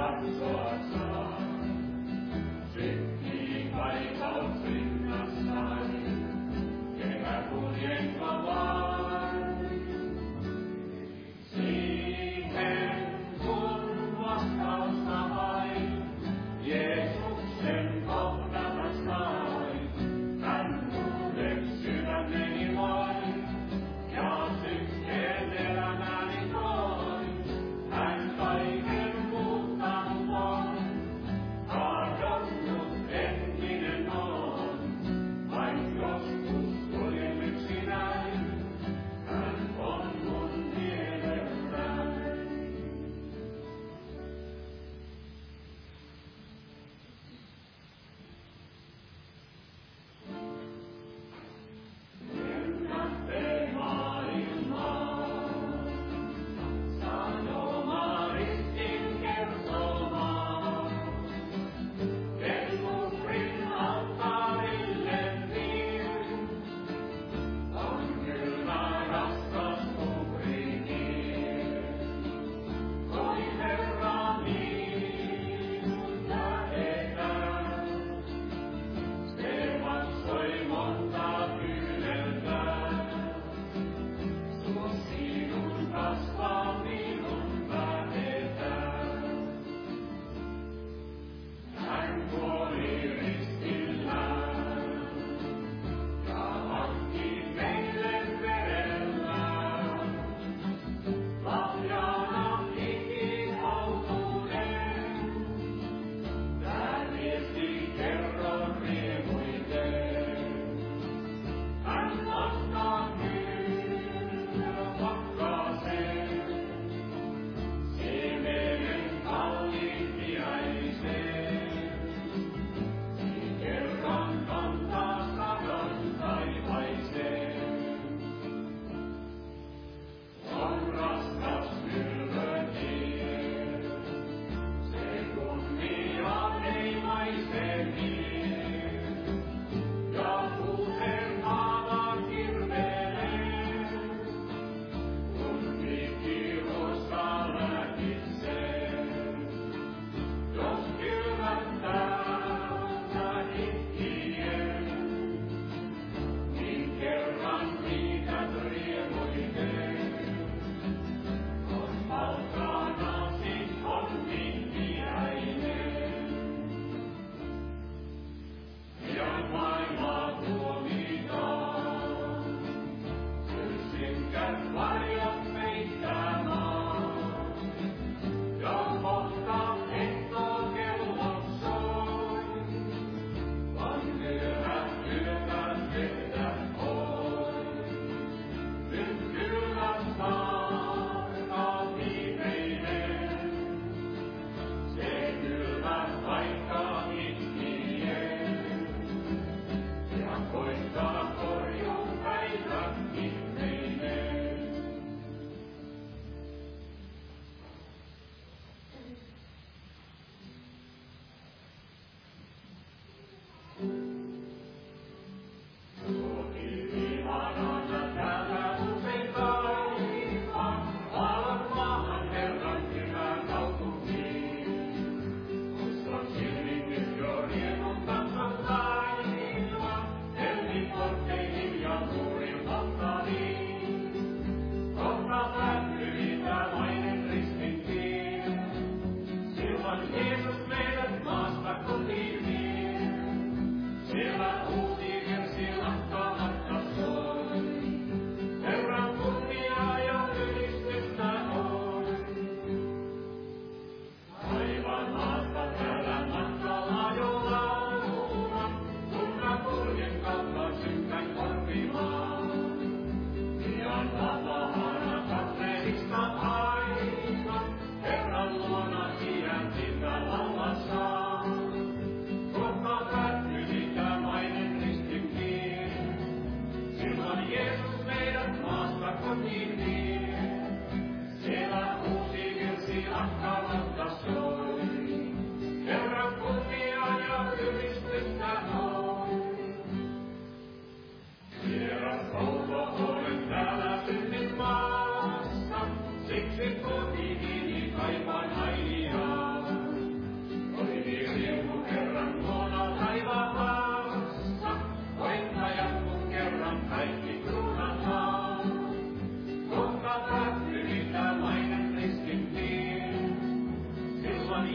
Herran luona iän sitä laulaa.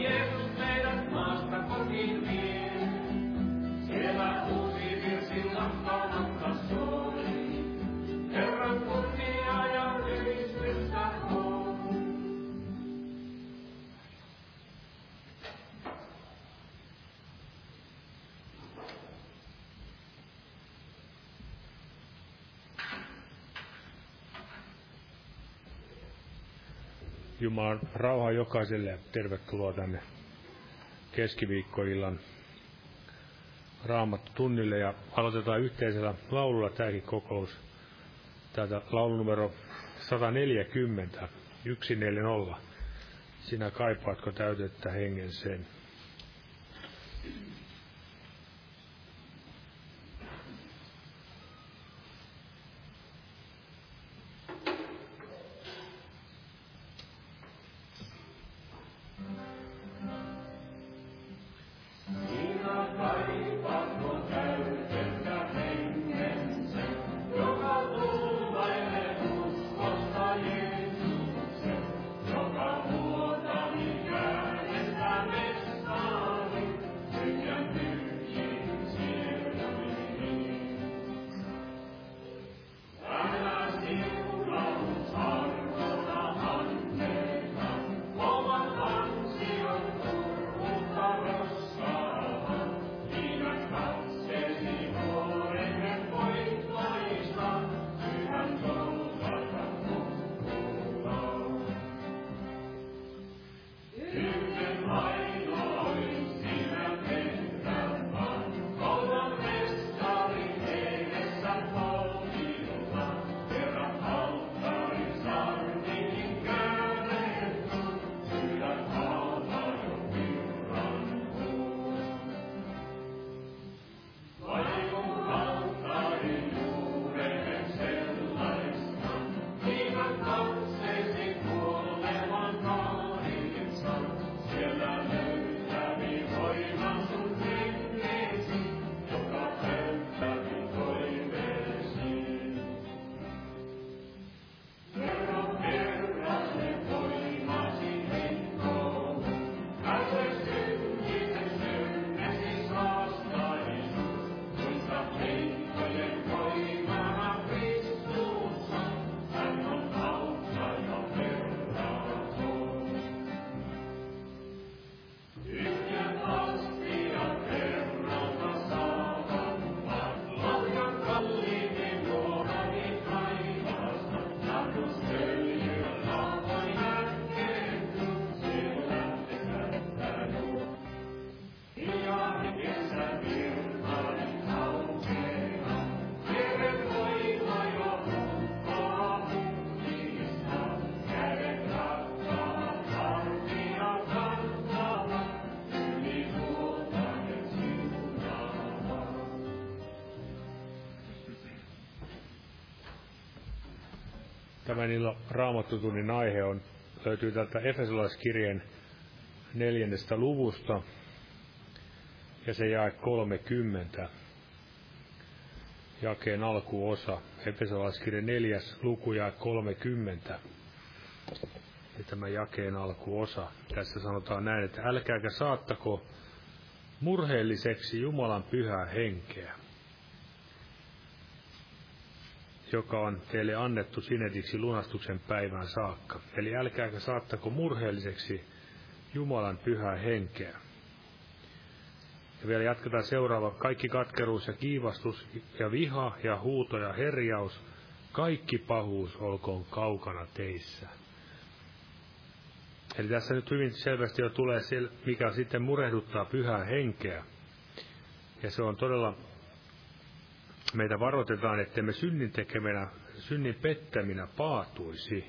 Jeesus meidät maasta kotiin vie. Siellä uusi virsi lakkaumatta soi. Herran kunnia ja ylistystä on. Jumalan rauha jokaiselle ja tervetuloa tänne keskiviikkoillan Raamattu-tunnille. Ja aloitetaan yhteisellä laululla tämäkin kokous. Täältä laulu numero 140, 140. Sinä kaipaatko täytettä hengen sen? Tämän illan Raamattutunnin aihe löytyy täältä Efesolaiskirjeen 4. luvusta ja se jae 30, jakeen alkuosa. Efesolaiskirjan 4. luku jae 30 ja tämä jakeen alkuosa. Tässä sanotaan näin, että älkääkä saattako murheelliseksi Jumalan pyhää henkeä, joka on teille annettu sinetiksi lunastuksen päivään saakka. Eli älkääkä saattako murheelliseksi Jumalan pyhää henkeä. Ja vielä jatketaan seuraava. Kaikki katkeruus ja kiivastus ja viha ja huuto ja herjaus, kaikki pahuus olkoon kaukana teissä. Eli tässä nyt hyvin selvästi jo tulee se, mikä sitten murehduttaa pyhää henkeä. Ja se on todella, meitä varoitetaan, ettei me synnin tekemänä, synnin pettäminä paatuisi.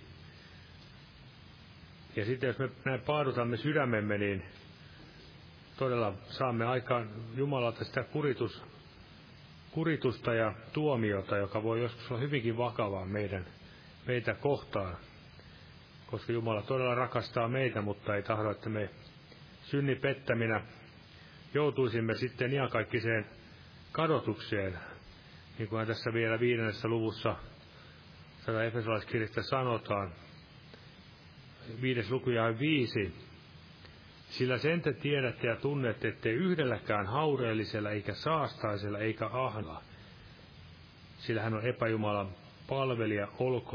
Ja sitten jos me näin paadutamme sydämemme, niin todella saamme aikaan Jumalalta sitä kuritusta ja tuomiota, joka voi joskus olla hyvinkin vakavaa meitä kohtaan. Koska Jumala todella rakastaa meitä, mutta ei tahdo, että me synnin pettäminä joutuisimme sitten iankaikkiseen kadotukseen. Niin kuin tässä vielä 5. luvussa tätä Efesolaiskirjasta sanotaan, 5. luku jae 5. Sillä sen te tiedätte ja tunnette, ettei yhdelläkään haureellisella eikä saastaisella eikä ahnalla, sillä hän on epäjumalan palvelija,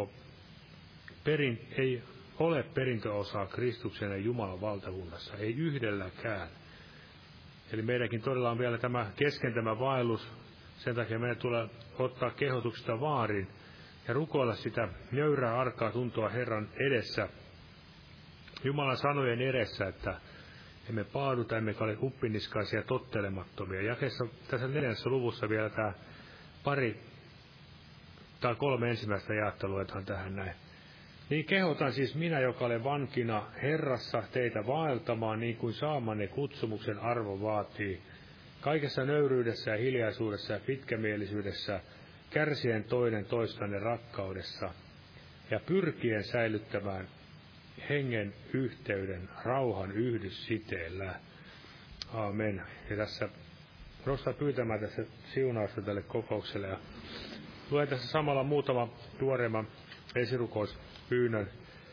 ei ole perintöosaa Kristuksen ja Jumalan valtakunnassa, ei yhdelläkään. Eli meidänkin todella on vielä tämä vaellus, sen takia meidän tulee ottaa kehotuksesta vaarin ja rukoilla sitä nöyrää arkaa tuntoa Herran edessä, Jumalan sanojen edessä, että emme paaduta, emmekä ole uppiniskaisia tottelemattomia. Jakeessa tässä 4. luvussa vielä tämä 3 ensimmäistä jaetta luetaan tähän näin. Niin kehotan siis minä, joka olen vankina Herrassa, teitä vaeltamaan niin kuin saamanne kutsumuksen arvo vaatii, kaikessa nöyryydessä ja hiljaisuudessa ja pitkämielisyydessä, kärsien toinen toistanne rakkaudessa ja pyrkien säilyttämään hengen yhteyden rauhan yhdyssiteellä. Aamen. Ja tässä nostan pyytämään tässä siunausta tälle kokoukselle. Ja luen tässä samalla muutama tuoreemman esirukouspyynnön.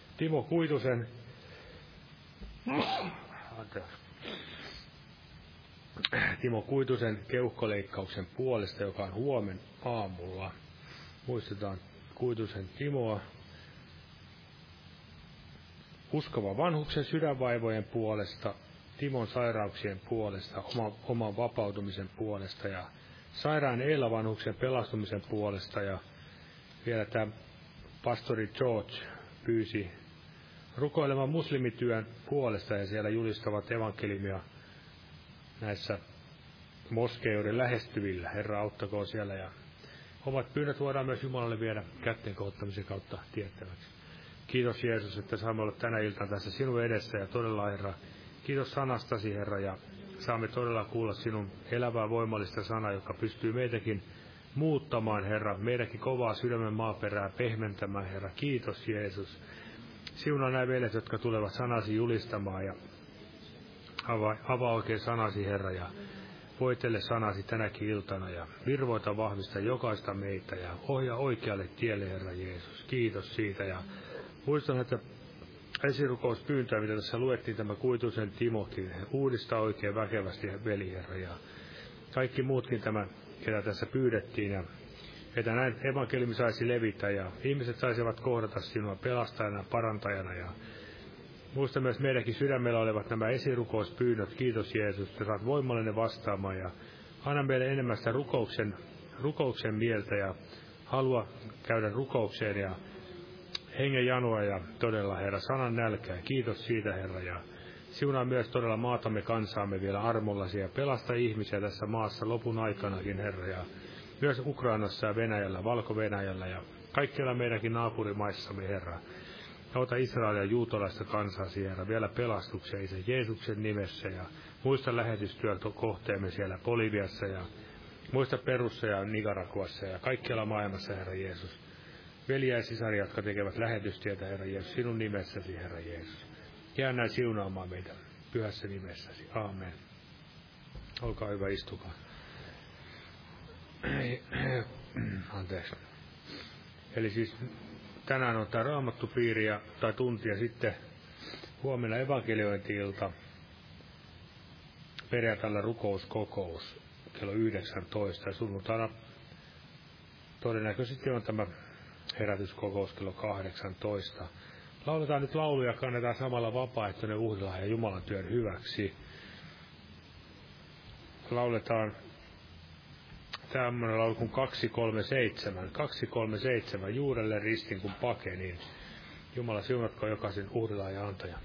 Timo Kuitusen keuhkoleikkauksen puolesta, joka on huomen aamulla. Muistetaan Kuitusen Timoa. Uskova vanhuksen sydänvaivojen puolesta, Timon sairauksien puolesta, oman vapautumisen puolesta ja sairaan Eila vanhuksen pelastumisen puolesta. Ja vielä tämä pastori George pyysi rukoilemaan muslimityön puolesta ja siellä julistavat evankeliumia näissä moskeijoiden lähestyvillä. Herra auttakoon siellä ja omat pyynnöt voidaan myös Jumalalle viedä kätten kohottamisen kautta tiettäväksi. Kiitos Jeesus, että saamme olla tänä iltana tässä sinun edessä ja todella Herra, kiitos sanastasi Herra ja saamme todella kuulla sinun elävää voimallista sanaa, joka pystyy meitäkin muuttamaan Herra, meidänkin kovaa sydämen maaperää pehmentämään Herra. Kiitos Jeesus. Siunaa nämä veljet, jotka tulevat sanasi julistamaan ja avaa oikein sanasi Herra ja voitele sanasi tänäkin iltana ja virvoita vahvista jokaista meitä ja ohjaa oikealle tielle Herra Jeesus. Kiitos siitä ja muistan, että esirukouspyyntöä, mitä tässä luettiin, tämä Kuitusen Timokin, uudistaa oikein väkevästi veli Herra ja kaikki muutkin tämä, ketä tässä pyydettiin ja että näin evankeliumi saisi levitä ja ihmiset saisivat kohdata sinua pelastajana, parantajana ja muista myös meidänkin sydämellä olevat nämä esirukouspyynnöt. Kiitos Jeesus, että saat voimallinen vastaamaan ja anna meille enemmän sitä rukouksen mieltä ja halua käydä rukoukseen ja hengen janoa ja todella Herra sanan nälkää. Kiitos siitä Herra ja siunaa myös todella maatamme kansaamme vielä armollasi ja pelasta ihmisiä tässä maassa lopun aikanakin Herra ja myös Ukrainassa ja Venäjällä, Valko-Venäjällä ja kaikkialla meidänkin naapurimaissamme Herra. Ota Israelia ja juutalaista kansasi Herra vielä pelastuksia Isä Jeesuksen nimessä ja muista lähetystyön kohteemme siellä Boliviassa ja muista Perussa ja Nicaraguassa ja kaikkialla maailmassa Herra Jeesus. Veliä ja sisaria, jotka tekevät lähetystietä Herra Jeesus sinun nimessäsi Herra Jeesus. Jää näin siunaamaan meitä pyhässä nimessäsi. Aamen. Olkaa hyvä, istukaa. Anteeksi. Eli siis tänään on tämä raamattupiiri tai tunti ja sitten huomenna evankeliointi-ilta. Perjantaina rukouskokous kello 19 ja sunnuntaina todennäköisesti on tämä herätyskokous kello 18. Lauletaan nyt lauluja ja kannetaan samalla vapaaehtoinen uhrilahja Jumalan työn hyväksi. Lauletaan tämmöinen laulu kuin 237. 237, juurelle ristin kun pake, niin Jumala siunatko jokaisen uhrilahjan antajan.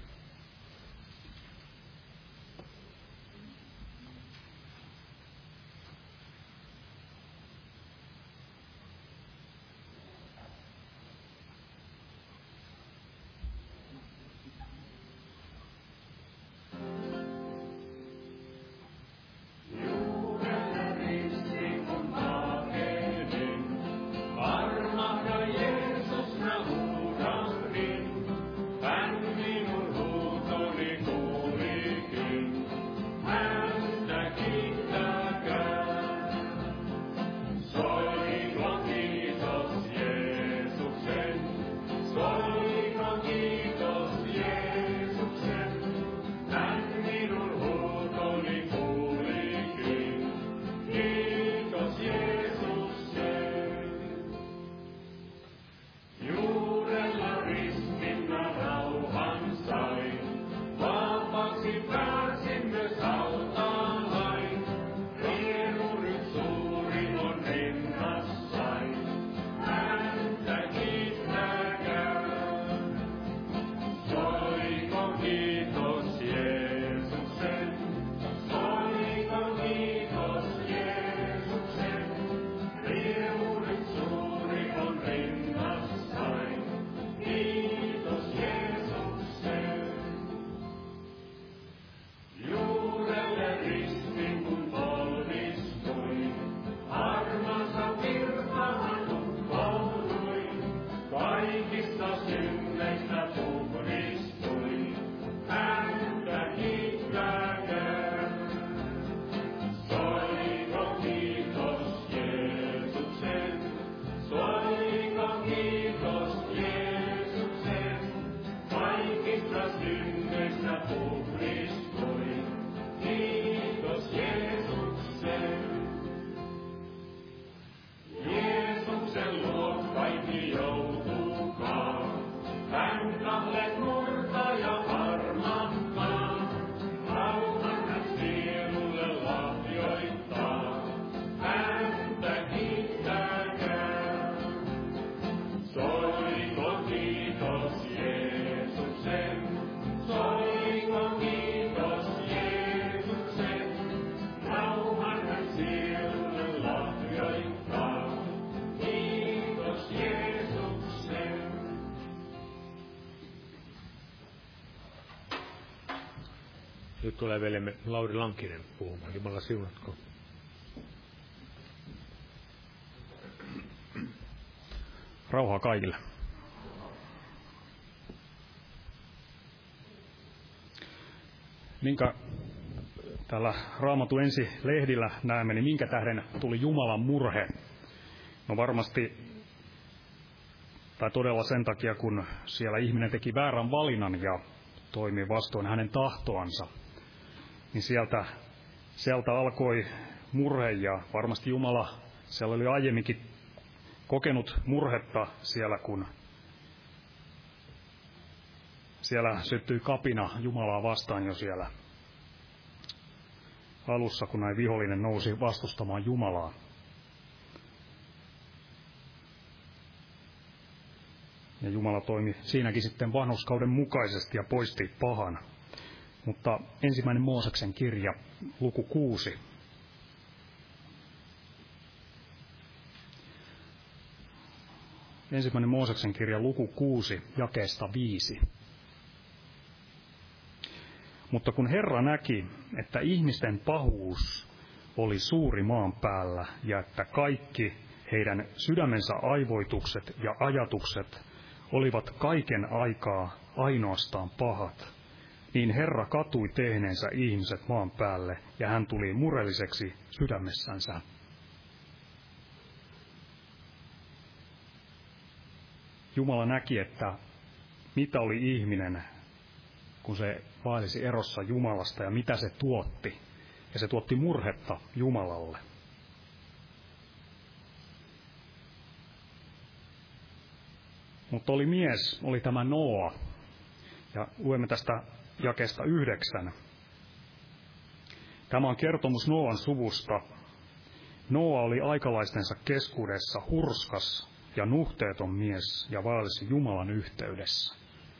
Armahda Jeesus, mä huudahdin, hän minun tulee veljemme Lauri Lankinen puhumaan. Jumala siunatko. Rauhaa kaikille. Minkä täällä Raamatun ensi lehdillä näemme, niin minkä tähden tuli Jumalan murhe? No varmasti, tai todella sen takia, kun siellä ihminen teki väärän valinnan ja toimi vastoin hänen tahtoansa, niin sieltä alkoi murhe, ja varmasti Jumala siellä oli aiemminkin kokenut murhetta siellä, kun siellä syttyi kapina Jumalaa vastaan jo siellä alussa, kun näin vihollinen nousi vastustamaan Jumalaa. Ja Jumala toimi siinäkin sitten vanhurskauden mukaisesti ja poisti pahan. Mutta 1. Mooseksen kirja, luku 6. 1. Mooseksen kirja, luku 6, jakeesta 5. Mutta kun Herra näki, että ihmisten pahuus oli suuri maan päällä ja että kaikki heidän sydämensä aivoitukset ja ajatukset olivat kaiken aikaa ainoastaan pahat, niin Herra katui tehneensä ihmiset maan päälle ja hän tuli murelliseksi sydämessänsä. Jumala näki, että mitä oli ihminen, kun se vaelisi erossa Jumalasta ja mitä se tuotti. Ja se tuotti murhetta Jumalalle. Mutta oli mies, oli tämä Noa. Ja luemme tästä jakeesta 9. Tämä on kertomus Noan suvusta. Noa oli aikalaistensa keskuudessa hurskas ja nuhteeton mies ja vaelsi Jumalan yhteydessä.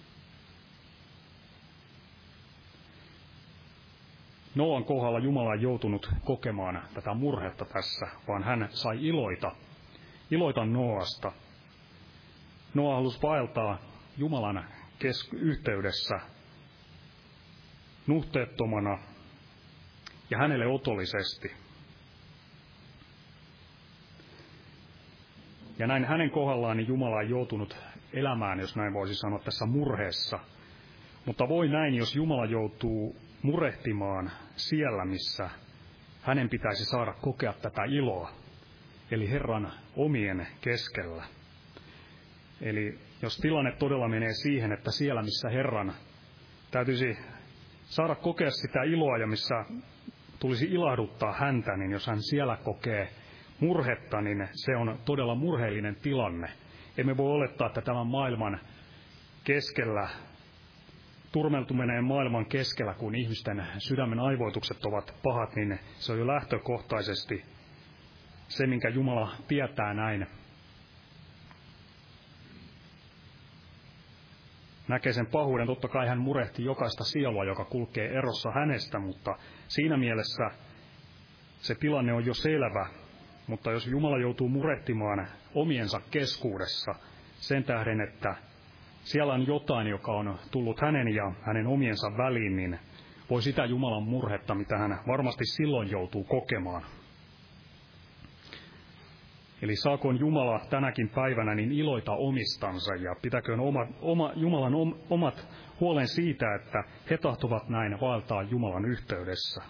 Noan kohdalla Jumala ei joutunut kokemaan tätä murhetta tässä, vaan hän sai iloita Noasta. Noa halusi vaeltaa Jumalan yhteydessä nuhteettomana ja hänelle otollisesti. Ja näin hänen kohdallaan niin Jumala ei joutunut elämään, jos näin voisi sanoa, tässä murheessa. Mutta voi näin, jos Jumala joutuu murehtimaan siellä, missä hänen pitäisi saada kokea tätä iloa, eli Herran omien keskellä. Eli jos tilanne todella menee siihen, että siellä, missä Herran täytyisi saada kokea sitä iloa ja missä tulisi ilahduttaa häntä, niin jos hän siellä kokee murhetta, niin se on todella murheellinen tilanne. Emme voi olettaa, että tämän maailman keskellä, turmeltuneen maailman keskellä, kun ihmisten sydämen aivoitukset ovat pahat, niin se on jo lähtökohtaisesti se, minkä Jumala tietää näin. Näkee sen pahuuden, totta kai hän murehti jokaista sielua, joka kulkee erossa hänestä, mutta siinä mielessä se tilanne on jo selvä. Mutta jos Jumala joutuu murehtimaan omiensa keskuudessa sen tähden, että siellä on jotain, joka on tullut hänen ja hänen omiensa väliin, niin voi sitä Jumalan murhetta, mitä hän varmasti silloin joutuu kokemaan. Eli saakoon Jumala tänäkin päivänä niin iloita omistansa ja pitäköön Jumalan omat huolen siitä, että he tahtovat näin vaeltaa Jumalan yhteydessä.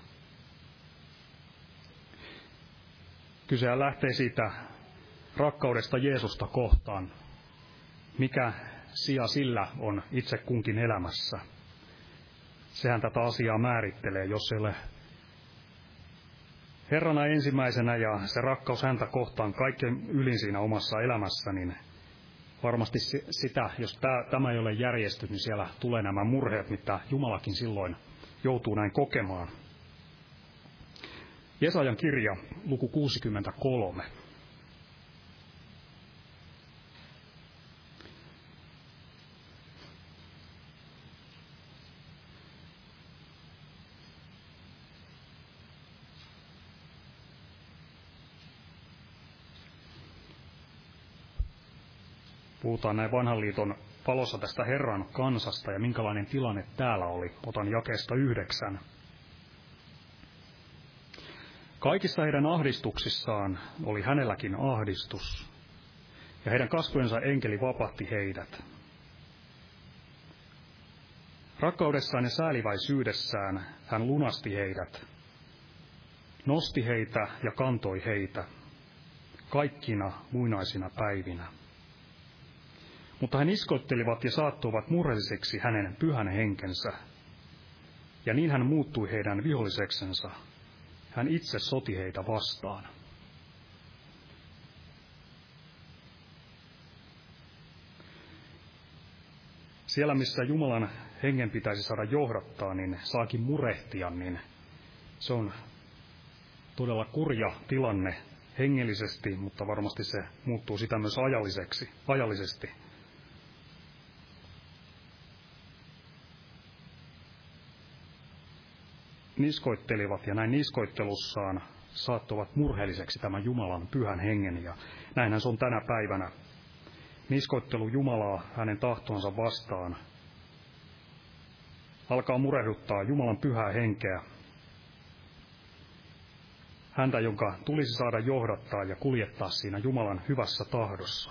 Kysehän lähtee siitä rakkaudesta Jeesusta kohtaan. Mikä sija sillä on itse kunkin elämässä? Sehän tätä asiaa määrittelee, jos ei ole Herrana ensimmäisenä ja se rakkaus häntä kohtaan kaikkein ylin siinä omassa elämässä, niin varmasti sitä, jos tämä ei ole järjestynyt, niin siellä tulee nämä murheet, mitä Jumalakin silloin joutuu näin kokemaan. Jesajan kirja, luku 63. Puhutaan näin vanhan liiton valossa tästä Herran kansasta ja minkälainen tilanne täällä oli. Otan jakeesta 9. Kaikissa heidän ahdistuksissaan oli hänelläkin ahdistus, ja heidän kasvojensa enkeli vapahti heidät. Rakkaudessaan ja sääliväisyydessään hän lunasti heidät, nosti heitä ja kantoi heitä, kaikkina muinaisina päivinä. Mutta he niskoittelivat ja saattoivat murheelliseksi hänen pyhän henkensä, ja niin hän muuttui heidän viholliseksensa. Hän itse soti heitä vastaan. Siellä, missä Jumalan hengen pitäisi saada johdattaa, niin saakin murehtia, niin se on todella kurja tilanne hengellisesti, mutta varmasti se muuttuu sitä myös ajallisesti. Niskoittelivat ja näin niskoittelussaan saattoivat murheelliseksi tämän Jumalan pyhän hengen, ja näinhän se on tänä päivänä. Niskoittelu Jumalaa hänen tahtonsa vastaan alkaa murehduttaa Jumalan pyhää henkeä, häntä, jonka tulisi saada johdattaa ja kuljettaa siinä Jumalan hyvässä tahdossa.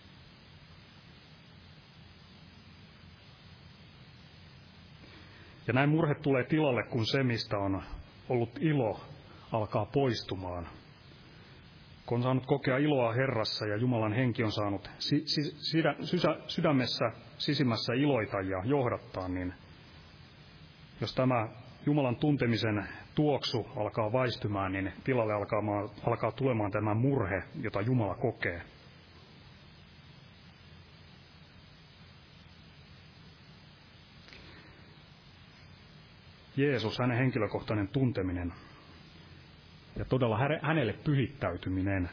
Ja näin murhe tulee tilalle, kun se, mistä on ollut ilo, alkaa poistumaan. Kun on saanut kokea iloa Herrassa ja Jumalan henki on saanut sydämessä sisimmässä iloita ja johdattaa, niin jos tämä Jumalan tuntemisen tuoksu alkaa väistymään, niin tilalle alkaa tulemaan tämä murhe, jota Jumala kokee. Jeesus, hänen henkilökohtainen tunteminen ja todella hänelle pyhittäytyminen.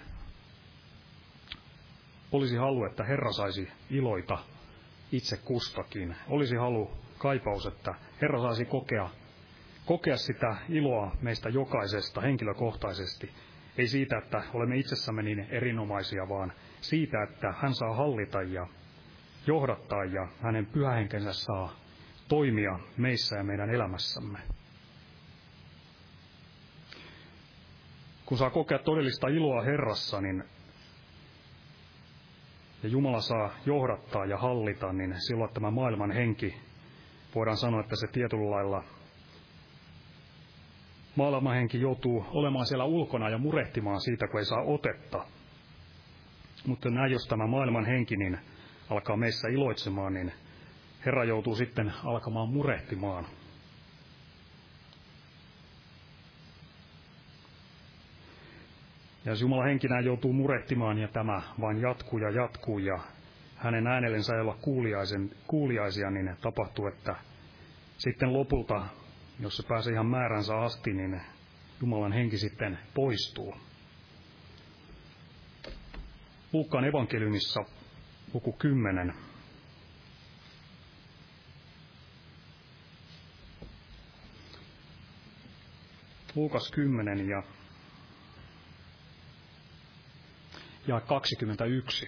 Olisi halu, että Herra saisi iloita itse kustakin. Olisi halu, kaipaus, että Herra saisi kokea sitä iloa meistä jokaisesta henkilökohtaisesti. Ei siitä, että olemme itsessämme niin erinomaisia, vaan siitä, että hän saa hallita ja johdattaa ja hänen pyhähenkensä saa toimia meissä ja meidän elämässämme. Kun saa kokea todellista iloa Herrassa, niin ja Jumala saa johdattaa ja hallita, niin silloin tämä maailman henki, voidaan sanoa, että se tietyllä lailla maailman henki joutuu olemaan siellä ulkona ja murehtimaan siitä, kun ei saa otetta. Mutta näin, jos tämä maailman henki niin alkaa meissä iloitsemaan, niin Herra joutuu sitten alkamaan murehtimaan. Ja jos Jumalan henki näin joutuu murehtimaan ja tämä vain jatkuu ja hänen äänellensä ei olla kuuliaisia, niin tapahtuu, että sitten lopulta, jos se pääsee ihan määränsä asti, niin Jumalan henki sitten poistuu. Luukkaan evankeliumissa luku 10. Luukas 10 ja 21.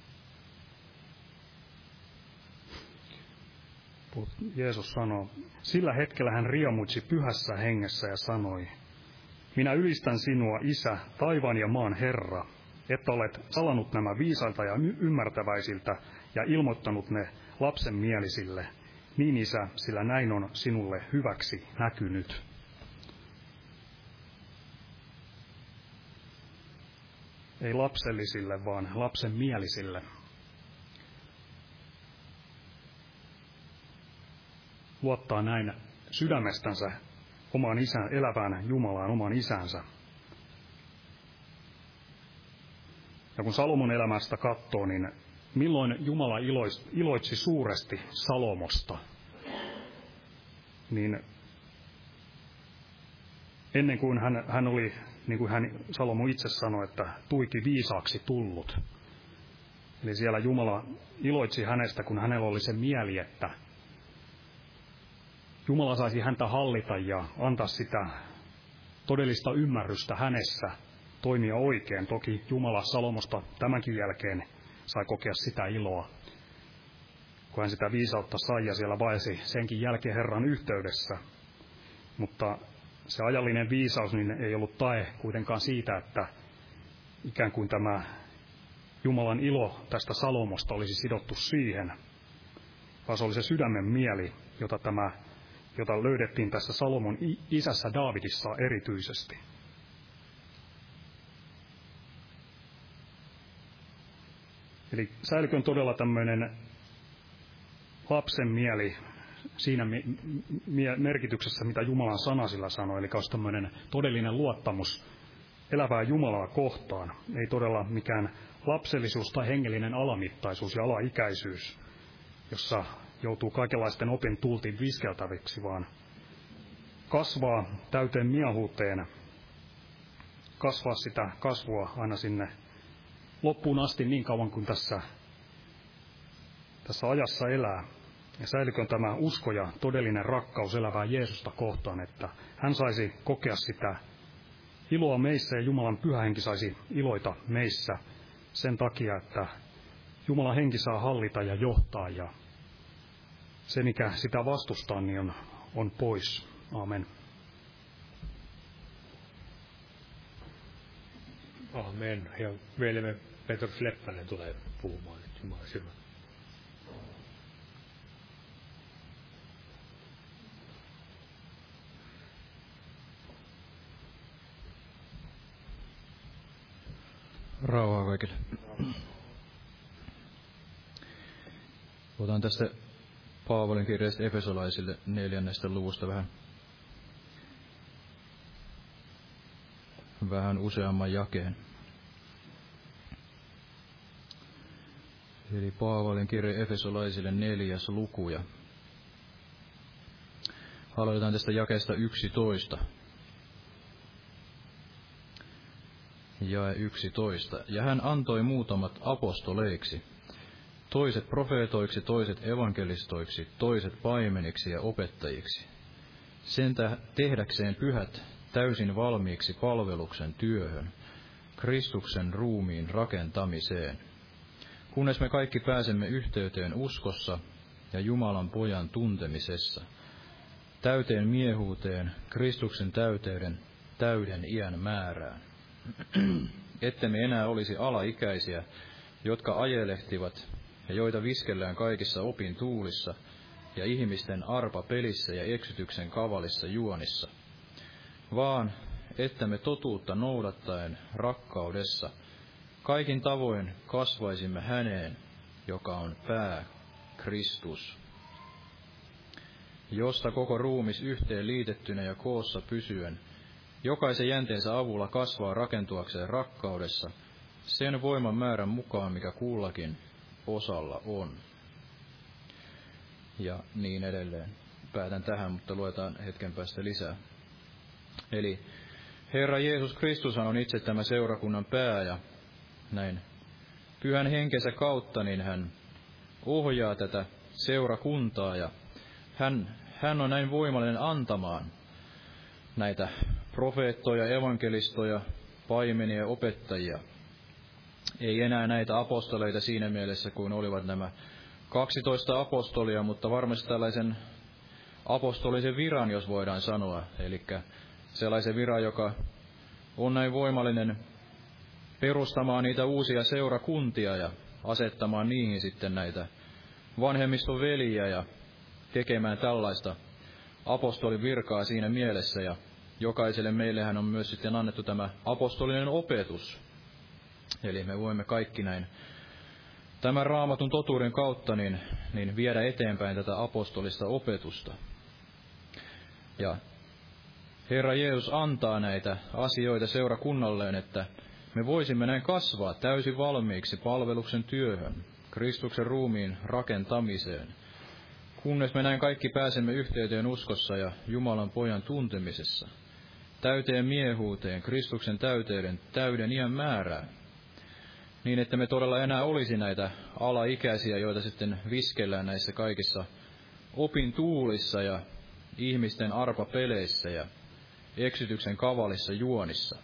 Jeesus sanoo, sillä hetkellä hän riemuitsi pyhässä hengessä ja sanoi, minä ylistän sinua, Isä, taivaan ja maan Herra, että olet salannut nämä viisailta ja ymmärtäväisiltä ja ilmoittanut ne lapsenmielisille. Niin, Isä, sillä näin on sinulle hyväksi näkynyt. Ei lapsellisille, vaan lapsenmielisille. Luottaa näin sydämestänsä omaan elävään Jumalaan, omaan isänsä. Ja kun Salomon elämästä katsoo, niin milloin Jumala iloitsi suuresti Salomosta, niin ennen kuin hän oli, niin kuin Salomo itse sanoi, että tuiki viisaaksi tullut. Eli siellä Jumala iloitsi hänestä, kun hänellä oli se mieli, että Jumala saisi häntä hallita ja antaa sitä todellista ymmärrystä hänessä, toimia oikein. Toki Jumala Salomosta tämänkin jälkeen sai kokea sitä iloa, kun hän sitä viisautta sai ja siellä vaelsi senkin jälkeen Herran yhteydessä. Mutta se ajallinen viisaus niin ei ollut tae kuitenkaan siitä, että ikään kuin tämä Jumalan ilo tästä Salomosta olisi sidottu siihen, vaan se oli se sydämen mieli, jota löydettiin tässä Salomon isässä Daavidissa erityisesti. Eli säilyköön todella tämmöinen lapsen mieli siinä merkityksessä, mitä Jumalan sana sillä sanoi, eli olisi tämmöinen todellinen luottamus elävää Jumalaa kohtaan, ei todella mikään lapsellisuus tai hengellinen alamittaisuus ja alaikäisyys, jossa joutuu kaikenlaisten opin tultiin viskeltäviksi, vaan kasvaa täyteen miehuuteen, kasvaa sitä kasvua aina sinne loppuun asti niin kauan kuin tässä ajassa elää. Ja säilyköön tämä usko ja todellinen rakkaus elävää Jeesusta kohtaan, että hän saisi kokea sitä iloa meissä ja Jumalan pyhä henki saisi iloita meissä sen takia, että Jumalan henki saa hallita ja johtaa ja se, mikä sitä vastustaa, niin on pois. Amen. Amen. Ja veljemme Petrus Leppänen tulee puhumaan nyt Jumalan silmän. Rauhaa kaikille. Otan tästä Paavalin kirjeestä Efesolaisille 4. luvusta vähän useamman jakeen. Eli Paavalin kirje Efesolaisille 4. luku ja aloitetaan tästä jakeesta 11. Jae 11. Ja hän antoi muutamat apostoleiksi, toiset profeetoiksi, toiset evankelistoiksi, toiset paimeniksi ja opettajiksi, sen tehdäkseen pyhät täysin valmiiksi palveluksen työhön, Kristuksen ruumiin rakentamiseen, kunnes me kaikki pääsemme yhteyteen uskossa ja Jumalan pojan tuntemisessa, täyteen miehuuteen, Kristuksen täyden iän määrään, ettemme enää olisi alaikäisiä, jotka ajelehtivat ja joita viskellään kaikissa opin tuulissa ja ihmisten arpapelissä ja eksytyksen kavalissa juonissa, vaan että me totuutta noudattaen rakkaudessa kaikin tavoin kasvaisimme häneen, joka on pää, Kristus, josta koko ruumis yhteen liitettynä ja koossa pysyen, jokaisen jänteensä avulla kasvaa rakentuakseen rakkaudessa sen voiman määrän mukaan, mikä kullakin osalla on. Ja niin edelleen. Päätän tähän, mutta luetaan hetken päästä lisää. Eli Herra Jeesus Kristus on itse tämä seurakunnan pää, ja näin pyhän henkensä kautta niin hän ohjaa tätä seurakuntaa, ja hän on näin voimallinen antamaan näitä profeettoja, evankelistoja, paimenia ja opettajia. Ei enää näitä apostoleita siinä mielessä, kuin olivat nämä 12 apostolia, mutta varmasti tällaisen apostolisen viran, jos voidaan sanoa. Eli sellaisen viran, joka on näin voimallinen perustamaan niitä uusia seurakuntia ja asettamaan niihin sitten näitä vanhemmiston veliä ja tekemään tällaista apostolin virkaa siinä mielessä. Ja jokaiselle meillehän on myös sitten annettu tämä apostolinen opetus. Eli me voimme kaikki näin tämän Raamatun totuuden kautta niin viedä eteenpäin tätä apostolista opetusta. Ja Herra Jeesus antaa näitä asioita seurakunnalleen, että me voisimme näin kasvaa täysin valmiiksi palveluksen työhön, Kristuksen ruumiin rakentamiseen, kunnes me näin kaikki pääsemme yhteyteen uskossa ja Jumalan pojan tuntemisessa, täyteen miehuuteen, Kristuksen täyden iän määrään, niin että me todella enää olisi näitä alaikäisiä, joita sitten viskellään näissä kaikissa opin tuulissa ja ihmisten arpapeleissä ja eksytyksen kavalissa juonissa.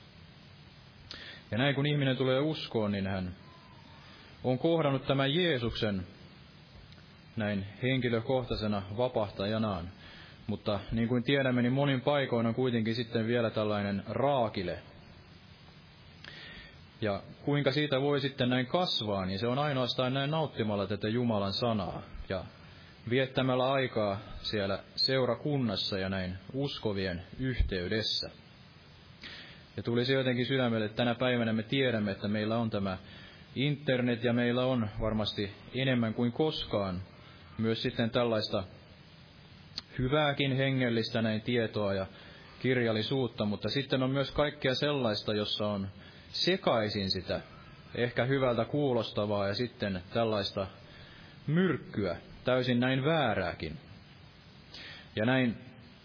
Ja näin kun ihminen tulee uskoon, niin hän on kohdannut tämän Jeesuksen näin henkilökohtaisena vapahtajanaan, Mutta niin kuin tiedämme, niin monin paikoin on kuitenkin sitten vielä tällainen raakile. Ja kuinka siitä voi sitten näin kasvaa, niin se on ainoastaan näin nauttimalla tätä Jumalan sanaa ja viettämällä aikaa siellä seurakunnassa ja näin uskovien yhteydessä. Ja tulisi jotenkin sydämelle, että tänä päivänä me tiedämme, että meillä on tämä internet ja meillä on varmasti enemmän kuin koskaan myös sitten tällaista hyvääkin hengellistä näin tietoa ja kirjallisuutta, mutta sitten on myös kaikkea sellaista, jossa on sekaisin sitä ehkä hyvältä kuulostavaa ja sitten tällaista myrkkyä, täysin näin väärääkin. Ja näin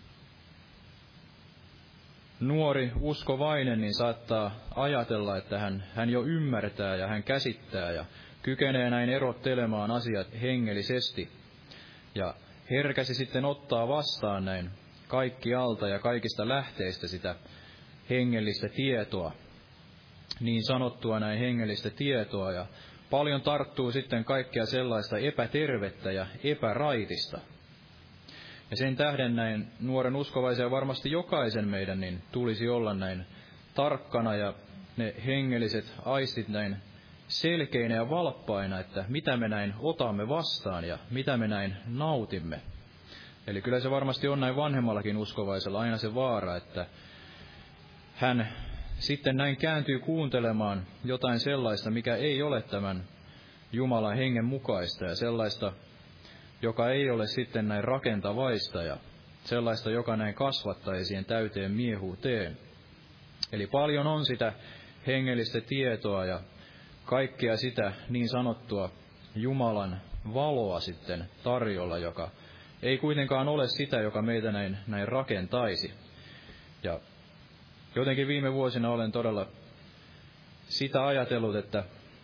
nuori uskovainen niin saattaa ajatella, että hän jo ymmärtää ja hän käsittää ja kykenee näin erottelemaan asiat hengellisesti. Ja herkäsi sitten ottaa vastaan näin kaikkialta ja kaikista lähteistä sitä hengellistä tietoa, niin sanottua näin hengellistä tietoa, ja paljon tarttuu sitten kaikkea sellaista epätervettä ja epäraitista. Ja sen tähden näin nuoren uskovaisen ja varmasti jokaisen meidän niin tulisi olla näin tarkkana ja ne hengelliset aistit näin selkeinä ja valppaina, että mitä me näin otamme vastaan ja mitä me näin nautimme. Eli kyllä se varmasti on näin vanhemmallakin uskovaisella aina se vaara, että hän sitten näin kääntyy kuuntelemaan jotain sellaista, mikä ei ole tämän Jumalan hengen mukaista ja sellaista, joka ei ole sitten näin rakentavaista ja sellaista, joka näin kasvattaisi siihen täyteen miehuuteen. Eli paljon on sitä hengellistä tietoa ja kaikkea sitä niin sanottua Jumalan valoa sitten tarjolla, joka ei kuitenkaan ole sitä, joka meitä näin rakentaisi. Ja jotenkin viime vuosina olen todella sitä ajatellut, että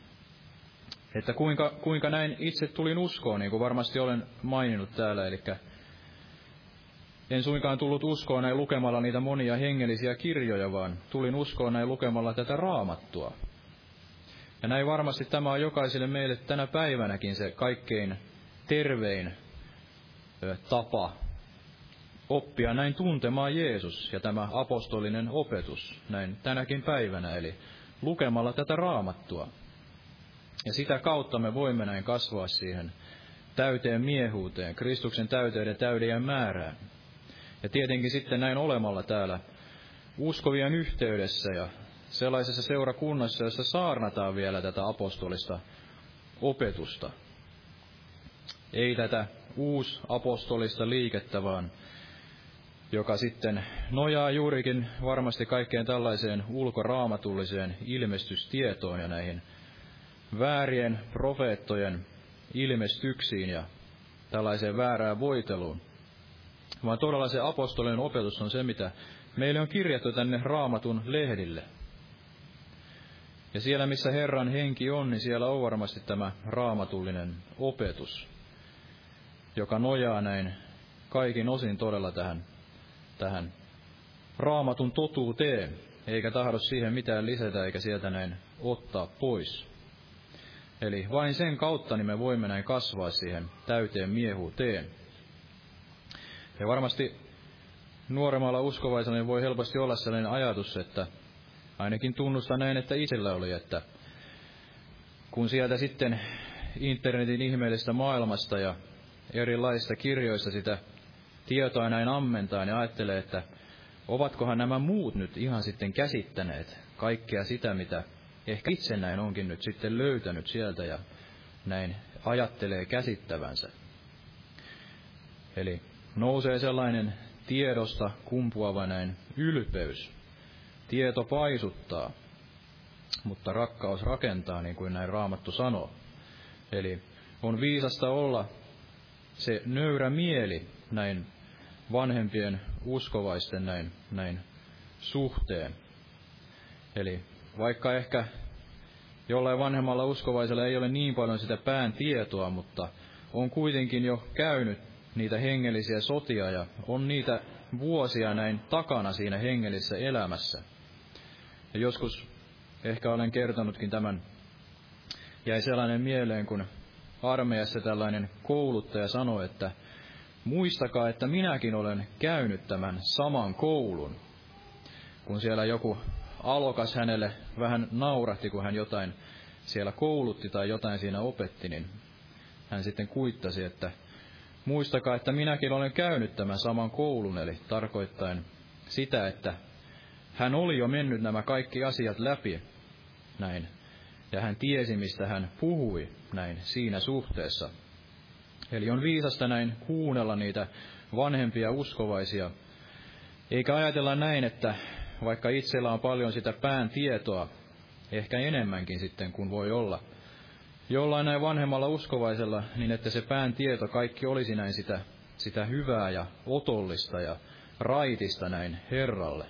kuinka näin itse tulin uskoon, niin kuin varmasti olen maininnut täällä. Eli en suinkaan tullut uskoon näin lukemalla niitä monia hengellisiä kirjoja, vaan tulin uskoon näin lukemalla tätä Raamattua. Ja näin varmasti tämä on jokaiselle meille tänä päivänäkin se kaikkein tervein tapa oppia näin tuntemaan Jeesus ja tämä apostolinen opetus näin tänäkin päivänä, eli lukemalla tätä Raamattua. Ja sitä kautta me voimme näin kasvaa siihen täyteen miehuuteen, Kristuksen täyteyden täyden määrään. Ja tietenkin sitten näin olemalla täällä uskovien yhteydessä ja sellaisessa seurakunnassa, jossa saarnataan vielä tätä apostolista opetusta. Ei tätä uusapostolista liikettä, vaan joka sitten nojaa juurikin varmasti kaikkeen tällaiseen ulkoraamatulliseen ilmestystietoon ja näihin väärien profeettojen ilmestyksiin ja tällaiseen väärään voiteluun. Vaan todella se apostolinen opetus on se, mitä meille on kirjattu tänne Raamatun lehdille. Ja siellä, missä Herran henki on, niin siellä on varmasti tämä raamatullinen opetus, joka nojaa näin kaikin osin todella tähän Raamatun totuuteen, eikä tahdo siihen mitään lisätä eikä sieltä näin ottaa pois. Eli vain sen kautta niin me voimme näin kasvaa siihen täyteen miehuuteen. Ja varmasti nuoremmalla uskovaisella voi helposti olla sellainen ajatus, että ainakin tunnustan näin, että itsellä oli, että kun sieltä sitten internetin ihmeellisestä maailmasta ja erilaisista kirjoista sitä tietoa näin ammentaa, niin ajattelee, että ovatkohan nämä muut nyt ihan sitten käsittäneet kaikkea sitä, mitä ehkä itse näin onkin nyt sitten löytänyt sieltä ja näin ajattelee käsittävänsä. Eli nousee sellainen tiedosta kumpuava näin ylpeys. Tieto paisuttaa, mutta rakkaus rakentaa, niin kuin näin Raamattu sanoo. Eli on viisasta olla se nöyrä mieli näin vanhempien uskovaisten näin suhteen. Eli vaikka ehkä jollain vanhemmalla uskovaisella ei ole niin paljon sitä pään tietoa, mutta on kuitenkin jo käynyt niitä hengellisiä sotia ja on niitä vuosia näin takana siinä hengellisessä elämässä. Ja joskus ehkä olen kertonutkin tämän, jäi sellainen mieleen, kun armeijassa tällainen kouluttaja sanoi, että muistakaa, että minäkin olen käynyt tämän saman koulun. Kun siellä joku alokas hänelle vähän naurahti, kun hän jotain siellä koulutti tai jotain siinä opetti, niin hän sitten kuittasi, että muistakaa, että minäkin olen käynyt tämän saman koulun, eli tarkoittaen sitä, että hän oli jo mennyt nämä kaikki asiat läpi, näin, ja hän tiesi, mistä hän puhui, näin, siinä suhteessa. Eli on viisasta näin kuunnella niitä vanhempia uskovaisia, eikä ajatella näin, että vaikka itsellä on paljon sitä pään tietoa, ehkä enemmänkin sitten kuin voi olla, jollain näin vanhemmalla uskovaisella, niin että se pään tieto kaikki olisi näin sitä hyvää ja otollista ja raitista näin Herralle.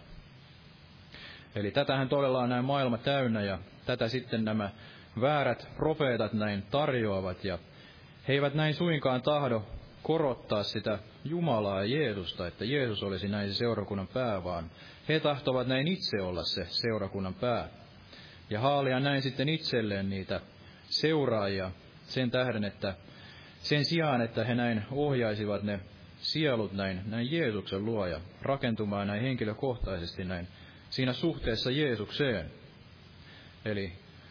Eli tätähän todella on näin maailma täynnä, ja tätä sitten nämä väärät profeetat näin tarjoavat, ja he eivät näin suinkaan tahdo korottaa sitä Jumalaa ja Jeesusta, että Jeesus olisi näin se seurakunnan pää, vaan he tahtovat näin itse olla se seurakunnan pää. Ja haalia näin sitten itselleen niitä seuraajia sen tähden, että sen sijaan, että he näin ohjaisivat ne sielut näin Jeesuksen luo ja rakentumaan näin henkilökohtaisesti näin siinä suhteessa Jeesukseen. Eli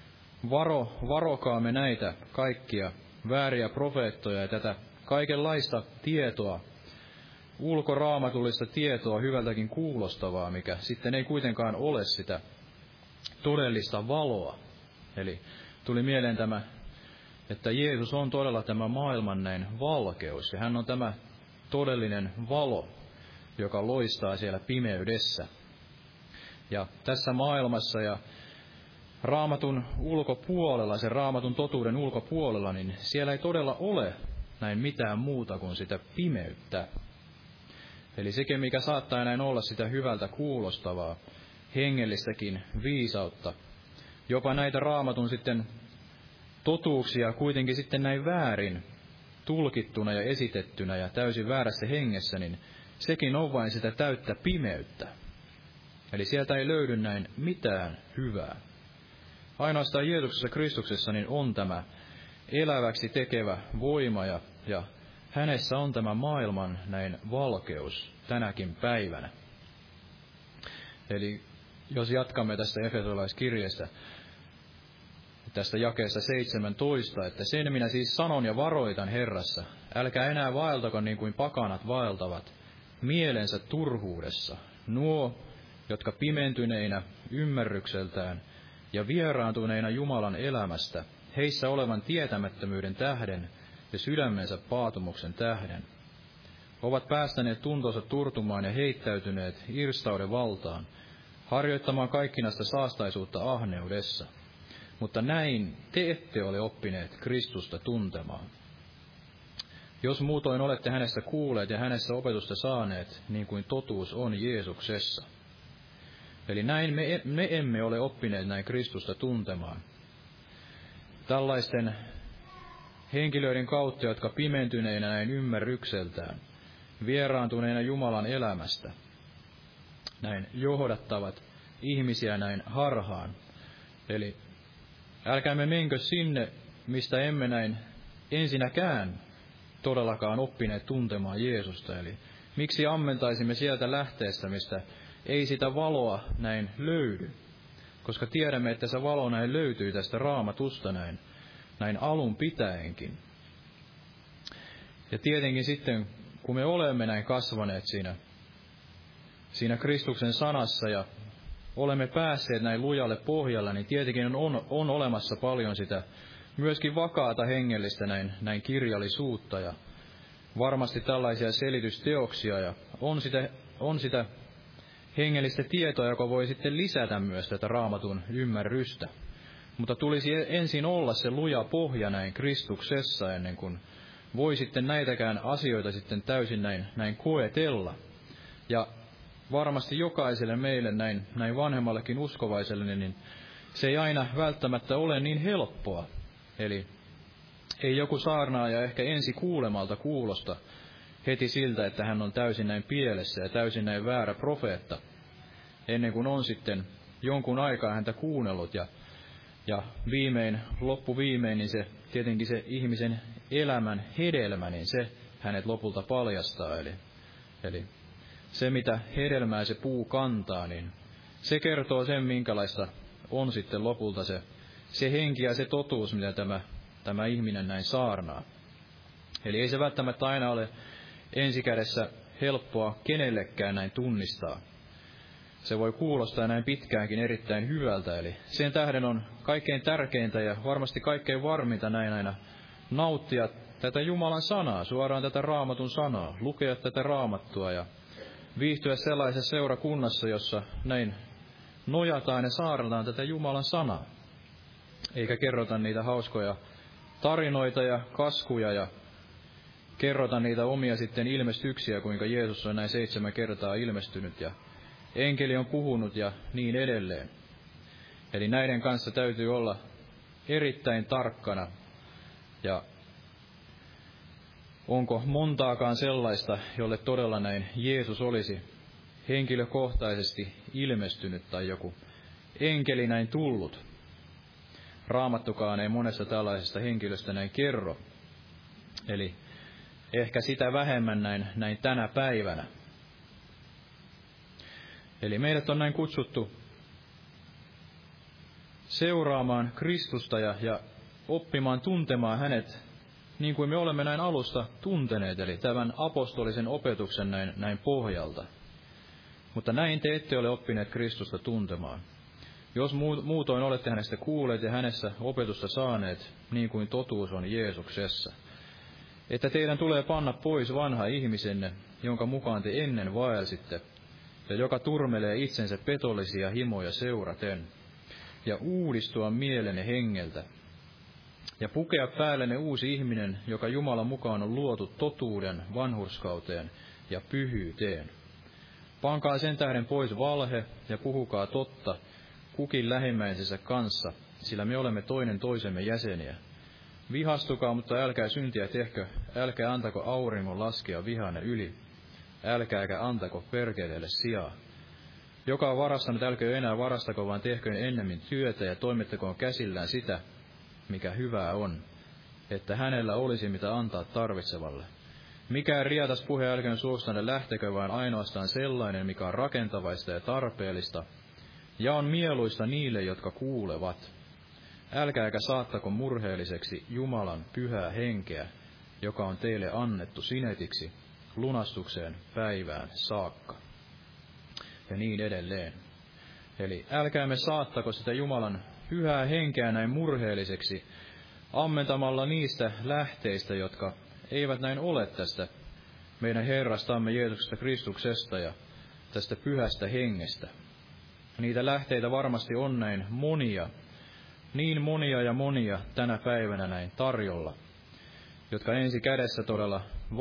varokaamme näitä kaikkia vääriä profeettoja ja tätä kaikenlaista tietoa, ulkoraamatullista tietoa, hyvältäkin kuulostavaa, mikä sitten ei kuitenkaan ole sitä todellista valoa. Eli tuli mieleen tämä, että Jeesus on todella tämä maailman näin valkeus, ja hän on tämä todellinen valo, joka loistaa siellä pimeydessä. Ja tässä maailmassa ja Raamatun ulkopuolella, sen Raamatun totuuden ulkopuolella, niin siellä ei todella ole näin mitään muuta kuin sitä pimeyttä. Eli sekin, mikä saattaa näin olla sitä hyvältä kuulostavaa, hengellistäkin viisautta, jopa näitä Raamatun sitten totuuksia kuitenkin sitten näin väärin tulkittuna ja esitettynä ja täysin väärässä hengessä, niin sekin on vain sitä täyttä pimeyttä. Eli sieltä ei löydy näin mitään hyvää. Ainoastaan Jeesuksessa Kristuksessa niin on tämä eläväksi tekevä voima ja hänessä on tämä maailman näin valkeus tänäkin päivänä. Eli jos jatkamme tästä Efesolaiskirjeestä, tästä jakeesta 17, että sen minä siis sanon ja varoitan Herrassa, älkää enää vaeltako niin kuin pakanat vaeltavat, mielensä turhuudessa, nuo, jotka pimentyneinä ymmärrykseltään ja vieraantuneina Jumalan elämästä, heissä olevan tietämättömyyden tähden ja sydämensä paatumuksen tähden, ovat päästäneet tuntonsa turtumaan ja heittäytyneet irstauden valtaan, harjoittamaan kaikkinaista saastaisuutta ahneudessa. Mutta näin te ette ole oppineet Kristusta tuntemaan. Jos muutoin olette hänestä kuulleet ja hänessä opetusta saaneet, niin kuin totuus on Jeesuksessa. Eli näin me emme ole oppineet näin Kristusta tuntemaan. Tällaisten henkilöiden kautta, jotka pimentyneinä näin ymmärrykseltään, vieraantuneina Jumalan elämästä, näin johdattavat ihmisiä näin harhaan. Eli älkäämme menkö sinne, mistä emme näin ensinnäkään todellakaan oppineet tuntemaan Jeesusta. Eli miksi ammentaisimme sieltä lähteestä, mistä ei sitä valoa näin löydy? Koska tiedämme, että se valo näin löytyy tästä Raamatusta näin alun pitäenkin. Ja tietenkin sitten, kun me olemme näin kasvaneet siinä Kristuksen sanassa ja olemme päässeet näin lujalle pohjalle, niin tietenkin on olemassa paljon sitä myöskin vakaata hengellistä näin kirjallisuutta ja varmasti tällaisia selitysteoksia ja on sitä hengellistä tietoa, joka voi sitten lisätä myös tätä Raamatun ymmärrystä. Mutta tulisi ensin olla se luja pohja näin Kristuksessa ennen kuin voi sitten näitäkään asioita sitten täysin näin koetella. Ja varmasti jokaiselle meille näin vanhemmallekin uskovaiselle, niin se ei aina välttämättä ole niin helppoa. Eli ei joku saarnaaja ehkä ensi kuulemalta kuulosta heti siltä, että hän on täysin näin pielessä ja täysin näin väärä profeetta, ennen kuin on sitten jonkun aikaa häntä kuunnellut ja loppuviimein, niin se tietenkin se ihmisen elämän hedelmä, niin se hänet lopulta paljastaa. Eli se, mitä hedelmää se puu kantaa, niin se kertoo sen, minkälaista on sitten lopulta se henki ja se totuus, mitä tämä ihminen näin saarnaa. Eli ei se välttämättä aina ole ensikädessä helppoa kenellekään näin tunnistaa. Se voi kuulostaa näin pitkäänkin erittäin hyvältä, eli sen tähden on kaikkein tärkeintä ja varmasti kaikkein varminta näin aina nauttia tätä Jumalan sanaa, suoraan tätä Raamatun sanaa, lukea tätä Raamattua ja viihtyä sellaisessa seurakunnassa, jossa näin nojataan ja saarnataan tätä Jumalan sanaa, eikä kerrota niitä hauskoja tarinoita ja kaskuja ja kerrota niitä omia sitten ilmestyksiä, kuinka Jeesus on näin 7 kertaa ilmestynyt ja enkeli on puhunut ja niin edelleen. Eli näiden kanssa täytyy olla erittäin tarkkana. Ja onko montaakaan sellaista, jolle todella näin Jeesus olisi henkilökohtaisesti ilmestynyt tai joku enkeli näin tullut? Raamattukaan ei monesta tällaisesta henkilöstä näin kerro. Eli ehkä sitä vähemmän näin tänä päivänä. Eli meidät on näin kutsuttu seuraamaan Kristusta ja oppimaan tuntemaan hänet niin kuin me olemme näin alusta tunteneet, eli tämän apostolisen opetuksen näin pohjalta. Mutta näin te ette ole oppineet Kristusta tuntemaan. Jos muutoin olette hänestä kuulleet ja hänessä opetusta saaneet, niin kuin totuus on Jeesuksessa. Että teidän tulee panna pois vanha ihmisenne, jonka mukaan te ennen vaelsitte, ja joka turmelee itsensä petollisia himoja seuraten, ja uudistua mielenne hengeltä, ja pukea päällenne uusi ihminen, joka Jumalan mukaan on luotu totuuden, vanhurskauteen ja pyhyyteen. Pankaa sen tähden pois valhe ja puhukaa totta kukin lähimmäisensä kanssa, sillä me olemme toinen toisemme jäseniä. Vihastukaa, mutta älkää syntiä tehkö, älkää antako auringon laskea vihanne yli, älkääkä antako perkeleelle sijaa. Joka on varastanut, älkää enää varastako, vaan tehköön ennemmin työtä ja toimittakoon käsillään sitä, mikä hyvää on, että hänellä olisi mitä antaa tarvitsevalle. Mikään rietas puhe älköön suustanne lähtekö, vaan ainoastaan sellainen, mikä on rakentavaista ja tarpeellista, ja on mieluista niille, jotka kuulevat. Älkääkä saattako murheelliseksi Jumalan pyhää henkeä, joka on teille annettu sinetiksi lunastukseen päivään saakka. Ja niin edelleen. Eli älkäämme saattako sitä Jumalan pyhää henkeä näin murheelliseksi, ammentamalla niistä lähteistä, jotka eivät näin ole tästä meidän Herrastamme Jeesuksesta Kristuksesta ja tästä pyhästä hengestä. Niitä lähteitä varmasti on näin monia, niin monia ja monia tänä päivänä näin tarjolla, jotka ensi kädessä todella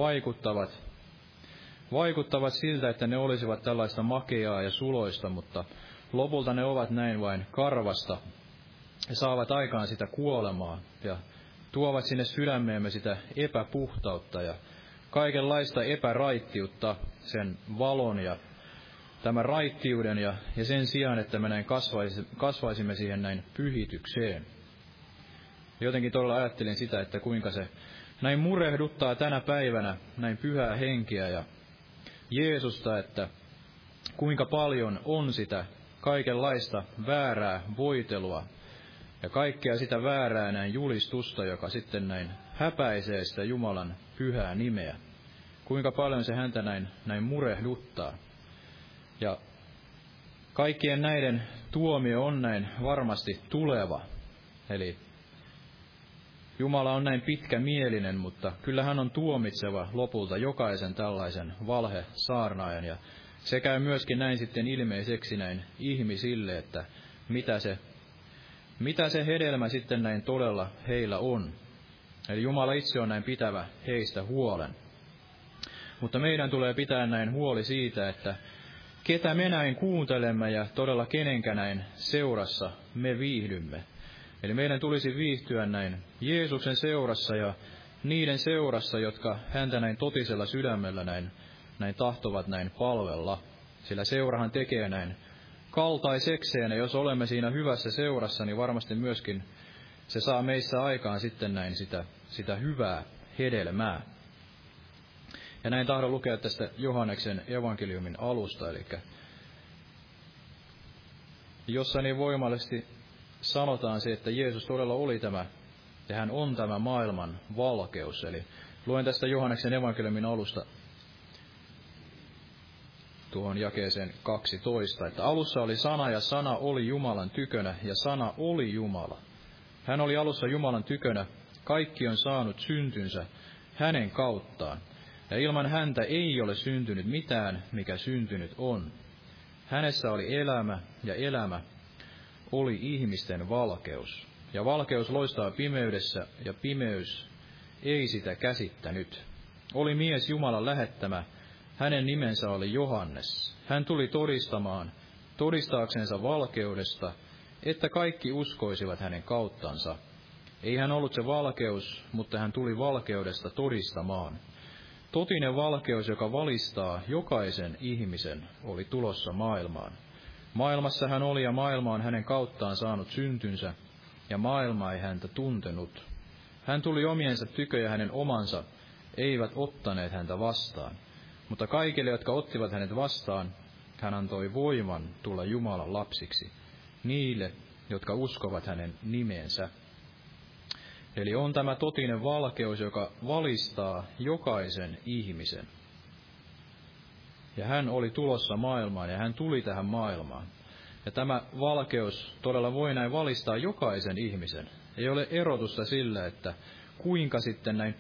vaikuttavat siltä, että ne olisivat tällaista makeaa ja suloista, mutta lopulta ne ovat näin vain karvasta ja saavat aikaan sitä kuolemaa ja tuovat sinne sydämeemme sitä epäpuhtautta ja kaikenlaista epäraittiutta, sen valon ja tämän raittiuden ja sen sijaan, että me näin kasvaisimme siihen näin pyhitykseen. Jotenkin todella ajattelin sitä, että kuinka se näin murehduttaa tänä päivänä näin pyhää henkeä ja Jeesusta, että kuinka paljon on sitä kaikenlaista väärää voitelua ja kaikkea sitä väärää näin julistusta, joka sitten näin häpäisee sitä Jumalan pyhää nimeä. Kuinka paljon se häntä näin murehduttaa. Ja kaikkien näiden tuomio on näin varmasti tuleva. Eli Jumala on näin pitkämielinen, mutta kyllä hän on tuomitseva lopulta jokaisen tällaisen valhesaarnaajan. Ja se käy myöskin näin sitten ilmeiseksi näin ihmisille, että mitä se hedelmä sitten näin todella heillä on. Eli Jumala itse on näin pitävä heistä huolen. Mutta meidän tulee pitää näin huoli siitä, että ketä me näin kuuntelemme ja todella kenenkä näin seurassa me viihdymme. Eli meidän tulisi viihtyä näin Jeesuksen seurassa ja niiden seurassa, jotka häntä näin totisella sydämellä näin tahtovat näin palvella. Sillä seurahan tekee näin kaltaisekseen, ja jos olemme siinä hyvässä seurassa, niin varmasti myöskin se saa meissä aikaan sitten näin sitä hyvää hedelmää. Ja näin tahdon lukea tästä Johanneksen evankeliumin alusta, eli jossa niin voimallisesti sanotaan se, että Jeesus todella oli tämä, ja hän on tämä maailman valkeus. Eli luen tästä Johanneksen evankeliumin alusta tuohon jakeeseen 12, että alussa oli sana, ja sana oli Jumalan tykönä, ja sana oli Jumala. Hän oli alussa Jumalan tykönä, kaikki on saanut syntynsä hänen kauttaan, ja ilman häntä ei ole syntynyt mitään, mikä syntynyt on. Hänessä oli elämä, ja elämä oli ihmisten valkeus. Ja valkeus loistaa pimeydessä, ja pimeys ei sitä käsittänyt. Oli mies Jumalan lähettämä, hänen nimensä oli Johannes. Hän tuli todistaaksensa valkeudesta, että kaikki uskoisivat hänen kauttansa. Ei hän ollut se valkeus, mutta hän tuli valkeudesta todistamaan. Totinen valkeus, joka valistaa jokaisen ihmisen, oli tulossa maailmaan. Maailmassa hän oli, ja maailma on hänen kauttaan saanut syntynsä, ja maailma ei häntä tuntenut. Hän tuli omiensa tykö, ja hänen omansa eivät ottaneet häntä vastaan. Mutta kaikille, jotka ottivat hänet vastaan, hän antoi voiman tulla Jumalan lapsiksi, niille, jotka uskovat hänen nimeensä. Eli on tämä totinen valkeus, joka valistaa jokaisen ihmisen. Ja hän oli tulossa maailmaan, ja hän tuli tähän maailmaan. Ja tämä valkeus todella voi näin valistaa jokaisen ihmisen. Ei ole erotusta sillä, että kuinka sitten näin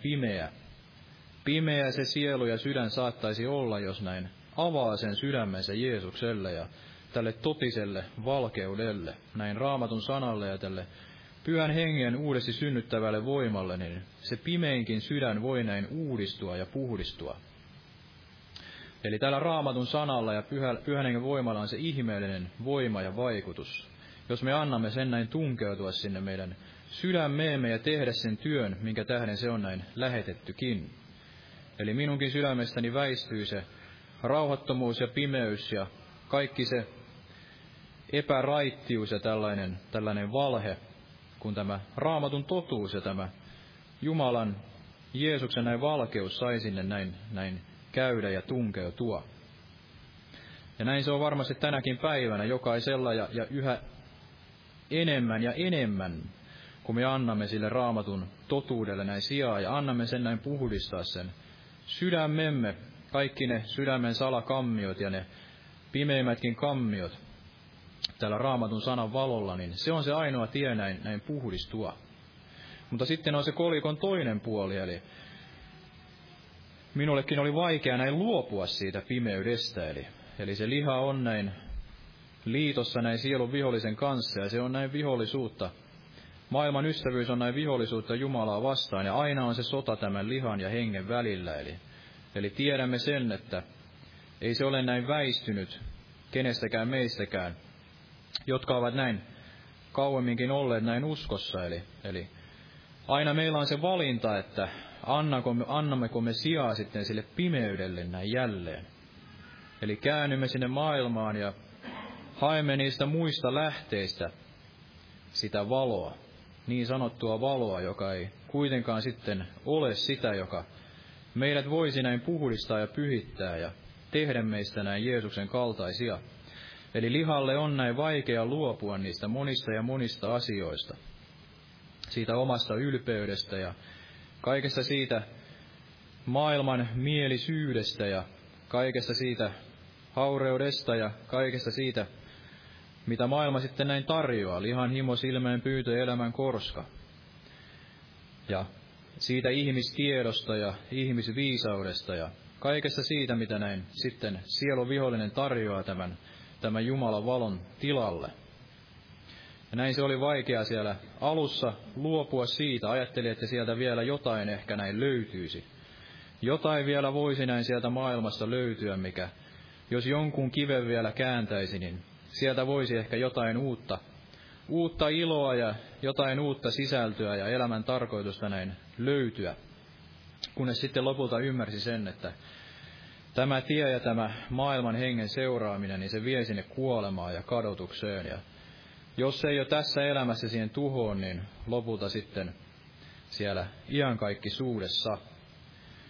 pimeä se sielu ja sydän saattaisi olla, jos näin avaa sen sydämensä Jeesukselle ja tälle totiselle valkeudelle, näin Raamatun sanalle ja tälle Pyhän Hengen uudesti synnyttävälle voimalle, niin se pimeinkin sydän voi näin uudistua ja puhdistua. Eli tällä Raamatun sanalla ja Pyhän Hengen voimalla on se ihmeellinen voima ja vaikutus. Jos me annamme sen näin tunkeutua sinne meidän sydämeemme ja tehdä sen työn, minkä tähden se on näin lähetettykin. Eli minunkin sydämestäni väistyy se rauhattomuus ja pimeys ja kaikki se epäraittius ja tällainen valhe, kun tämä Raamatun totuus ja tämä Jumalan, Jeesuksen näin valkeus sai sinne näin käydä ja tunkeutua. Ja näin se on varmasti tänäkin päivänä jokaisella ja yhä enemmän, kun me annamme sille Raamatun totuudelle näin sijaa ja annamme sen näin puhdistaa sen sydämemme, kaikki ne sydämen salakammiot ja ne pimeimmätkin kammiot tällä Raamatun sanan valolla, niin se on se ainoa tie näin puhdistua. Mutta sitten on se kolikon toinen puoli, eli minullekin oli vaikea näin luopua siitä pimeydestä, eli se liha on näin liitossa näin sielun vihollisen kanssa, ja se on näin vihollisuutta. Maailman ystävyys on näin vihollisuutta Jumalaa vastaan, ja aina on se sota tämän lihan ja hengen välillä, eli tiedämme sen, että ei se ole näin väistynyt kenestäkään meistäkään, jotka ovat näin kauemminkin olleet näin uskossa, eli aina meillä on se valinta, että annammeko me sijaa sitten sille pimeydelle näin jälleen. Eli käännymme sinne maailmaan ja haemme niistä muista lähteistä sitä valoa, niin sanottua valoa, joka ei kuitenkaan sitten ole sitä, joka meidät voisi näin puhdistaa ja pyhittää ja tehdä meistä näin Jeesuksen kaltaisia. Eli lihalle on näin vaikea luopua niistä monista asioista, siitä omasta ylpeydestä ja kaikesta siitä maailman mielisyydestä ja kaikesta siitä haureudesta ja kaikesta siitä, mitä maailma sitten näin tarjoaa, lihan himo, silmään pyytö ja elämän korska. Ja siitä ihmistiedosta ja ihmisviisaudesta ja kaikesta siitä, mitä näin sitten sielun vihollinen tarjoaa tämän Jumalan valon tilalle. Ja näin se oli vaikea siellä alussa luopua siitä. Ajattelin, että sieltä vielä jotain ehkä näin löytyisi. Jotain vielä voisi näin sieltä maailmasta löytyä, mikä jos jonkun kiven vielä kääntäisi, niin sieltä voisi ehkä jotain uutta iloa ja jotain uutta sisältöä ja elämän tarkoitusta näin löytyä. Kunnes sitten lopulta ymmärsi sen, että tämä tie ja tämä maailman hengen seuraaminen, niin se vie sinne kuolemaan ja kadotukseen. Ja jos ei ole tässä elämässä siihen tuhoon, niin lopulta sitten siellä iankaikkisuudessa.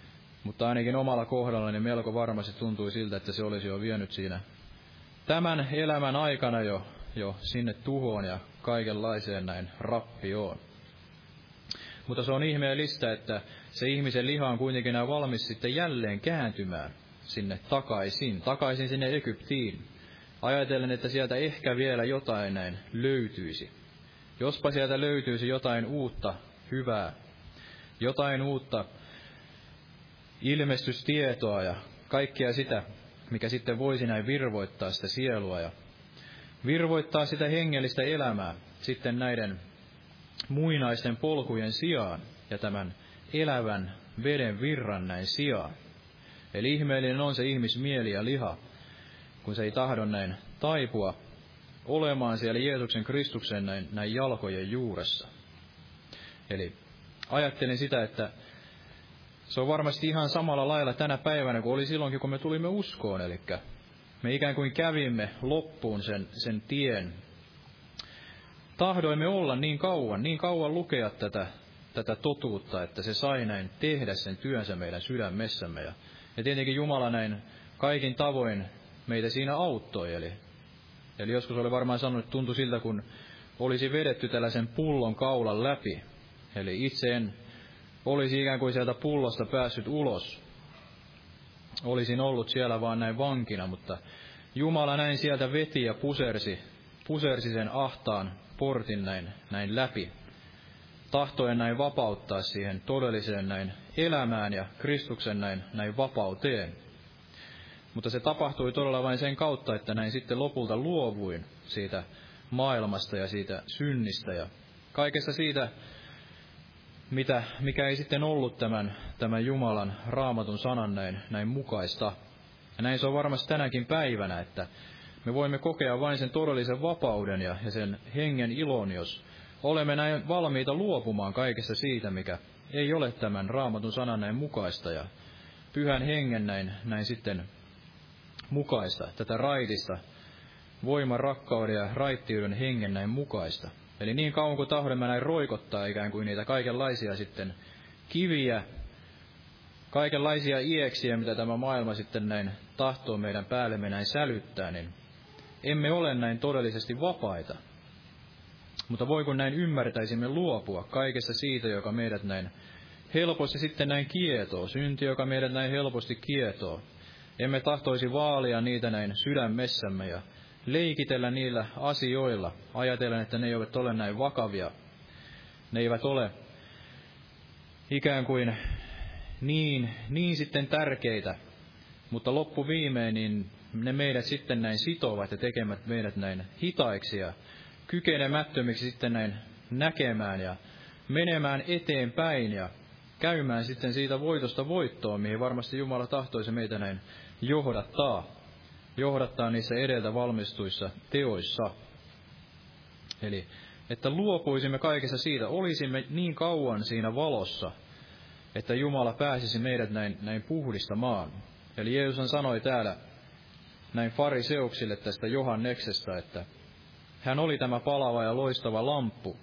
Mutta ainakin omalla kohdallani melko varmasti tuntui siltä, että se olisi jo vienyt siinä tämän elämän aikana jo sinne tuhoon ja kaikenlaiseen näin rappioon. Mutta se on ihmeellistä, että se ihmisen liha on kuitenkin näin valmis sitten jälleen kääntymään sinne takaisin sinne Egyptiin. Ajatellen, että sieltä ehkä vielä jotain näin löytyisi. Jospa sieltä löytyisi jotain uutta hyvää, jotain uutta ilmestystietoa ja kaikkea sitä, mikä sitten voisi näin virvoittaa sitä sielua ja virvoittaa sitä hengellistä elämää sitten näiden muinaisten polkujen sijaan ja tämän elävän veden virran näin sijaan. Eli ihmeellinen on se ihmismieli ja liha, kun se ei tahdo näin taipua olemaan siellä Jeesuksen Kristuksen näin jalkojen juuressa. Eli ajattelin sitä, että se on varmasti ihan samalla lailla tänä päivänä kuin oli silloinkin, kun me tulimme uskoon. Eli me ikään kuin kävimme loppuun sen tien. Tahdoimme olla niin kauan lukea tätä totuutta, että se sai näin tehdä sen työnsä meidän sydämessämme. Ja tietenkin Jumala näin kaikin tavoin meitä siinä auttoi. Eli joskus oli varmaan sanonut, että tuntui siltä, kun olisi vedetty tällaisen pullon kaulan läpi. Eli itse en olisi ikään kuin sieltä pullosta päässyt ulos. Olisin ollut siellä vaan näin vankina, mutta Jumala näin sieltä veti ja pusersi sen ahtaan portin näin läpi. Tahtoen näin vapauttaa siihen todelliseen näin elämään ja Kristuksen näin vapauteen. Mutta se tapahtui todella vain sen kautta, että näin sitten lopulta luovuin siitä maailmasta ja siitä synnistä ja kaikesta siitä, mikä ei sitten ollut tämän Jumalan raamatun sanan näin mukaista. Ja näin se on varmasti tänäkin päivänä, että me voimme kokea vain sen todellisen vapauden ja sen hengen ilon, jos olemme näin valmiita luopumaan kaikesta siitä, mikä ei ole tämän raamatun sanan näin mukaista ja pyhän hengen näin sitten mukaista, tätä raitista, voiman, rakkauden ja raittiuden hengen näin mukaista. Eli niin kauan kuin tahdomme näin roikottaa ikään kuin niitä kaikenlaisia sitten kiviä, kaikenlaisia ieksiä, mitä tämä maailma sitten näin tahtoo meidän päällemme näin sälyttää, niin emme ole näin todellisesti vapaita. Mutta voi kun näin ymmärtäisimme luopua kaikesta siitä, joka meidät näin helposti sitten näin kietoo, synti, joka meidät näin helposti kietoo. Emme tahtoisi vaalia niitä näin sydämessämme ja leikitellä niillä asioilla, ajatellen, että ne eivät ole näin vakavia. Ne eivät ole ikään kuin niin sitten tärkeitä, mutta loppuviimein niin ne meidät sitten näin sitovat ja tekemät meidät näin hitaiksi ja kykenemättömiksi sitten näin näkemään ja menemään eteenpäin ja käymään sitten siitä voitosta voittoon, mihin varmasti Jumala tahtoisi meitä näin johdattaa niissä edeltä valmistuissa teoissa. Eli, että luopuisimme kaikessa siitä, olisimme niin kauan siinä valossa, että Jumala pääsisi meidät näin puhdistamaan. Eli Jeesus sanoi täällä näin fariseuksille tästä Johanneksesta, että hän oli tämä palava ja loistava lamppu.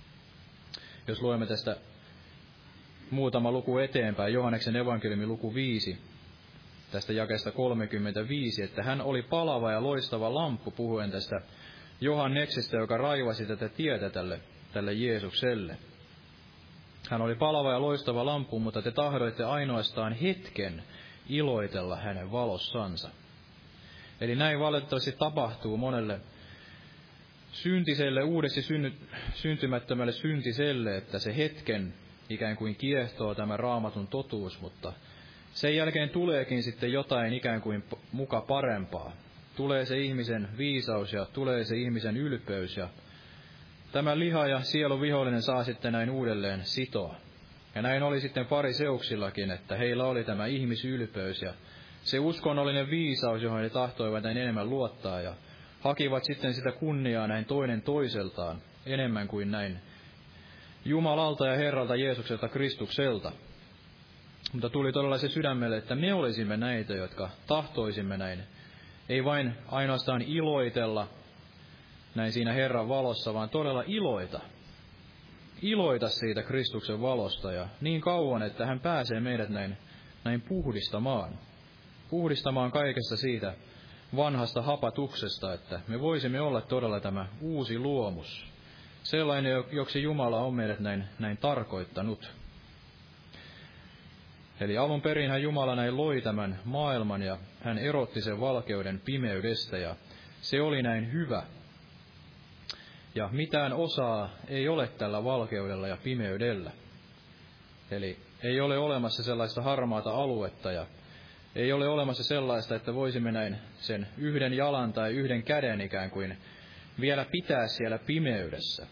Jos luemme tästä muutama luku eteenpäin, Johanneksen evankeliumi luku 5, tästä jakeesta 35, että hän oli palava ja loistava lamppu, puhuen tästä Johanneksesta, joka raivasi tätä tietä tälle Jeesukselle. Hän oli palava ja loistava lamppu, mutta te tahdoitte ainoastaan hetken iloitella hänen valossansa. Eli näin valitettavasti tapahtuu monelle syntiselle, uudesti syntymättömälle syntiselle, että se hetken ikään kuin kiehtoo tämä raamatun totuus, mutta sen jälkeen tuleekin sitten jotain ikään kuin muka parempaa. Tulee se ihmisen viisaus ja tulee se ihmisen ylpeys ja tämä liha ja sielun vihollinen saa sitten näin uudelleen sitoa. Ja näin oli sitten fariseuksillakin, että heillä oli tämä ihmisylpeys ja se uskonnollinen viisaus, johon he tahtoivat näin enemmän luottaa ja hakivat sitten sitä kunniaa näin toinen toiseltaan enemmän kuin näin Jumalalta ja Herralta Jeesukselta Kristukselta. Mutta tuli todella se sydämelle, että me olisimme näitä, jotka tahtoisimme näin, ei vain ainoastaan iloitella näin siinä Herran valossa, vaan todella iloita siitä Kristuksen valosta ja niin kauan, että hän pääsee meidät näin näin puhdistamaan kaikesta siitä vanhasta hapatuksesta, että me voisimme olla todella tämä uusi luomus, sellainen, joksi Jumala on meidät näin tarkoittanut. Eli alun perinhän Jumala näin loi tämän maailman ja hän erotti sen valkeuden pimeydestä ja se oli näin hyvä. Ja mitään osaa ei ole tällä valkeudella ja pimeydellä. Eli ei ole olemassa sellaista harmaata aluetta ja ei ole olemassa sellaista, että voisimme näin sen yhden jalan tai yhden käden ikään kuin vielä pitää siellä pimeydessä.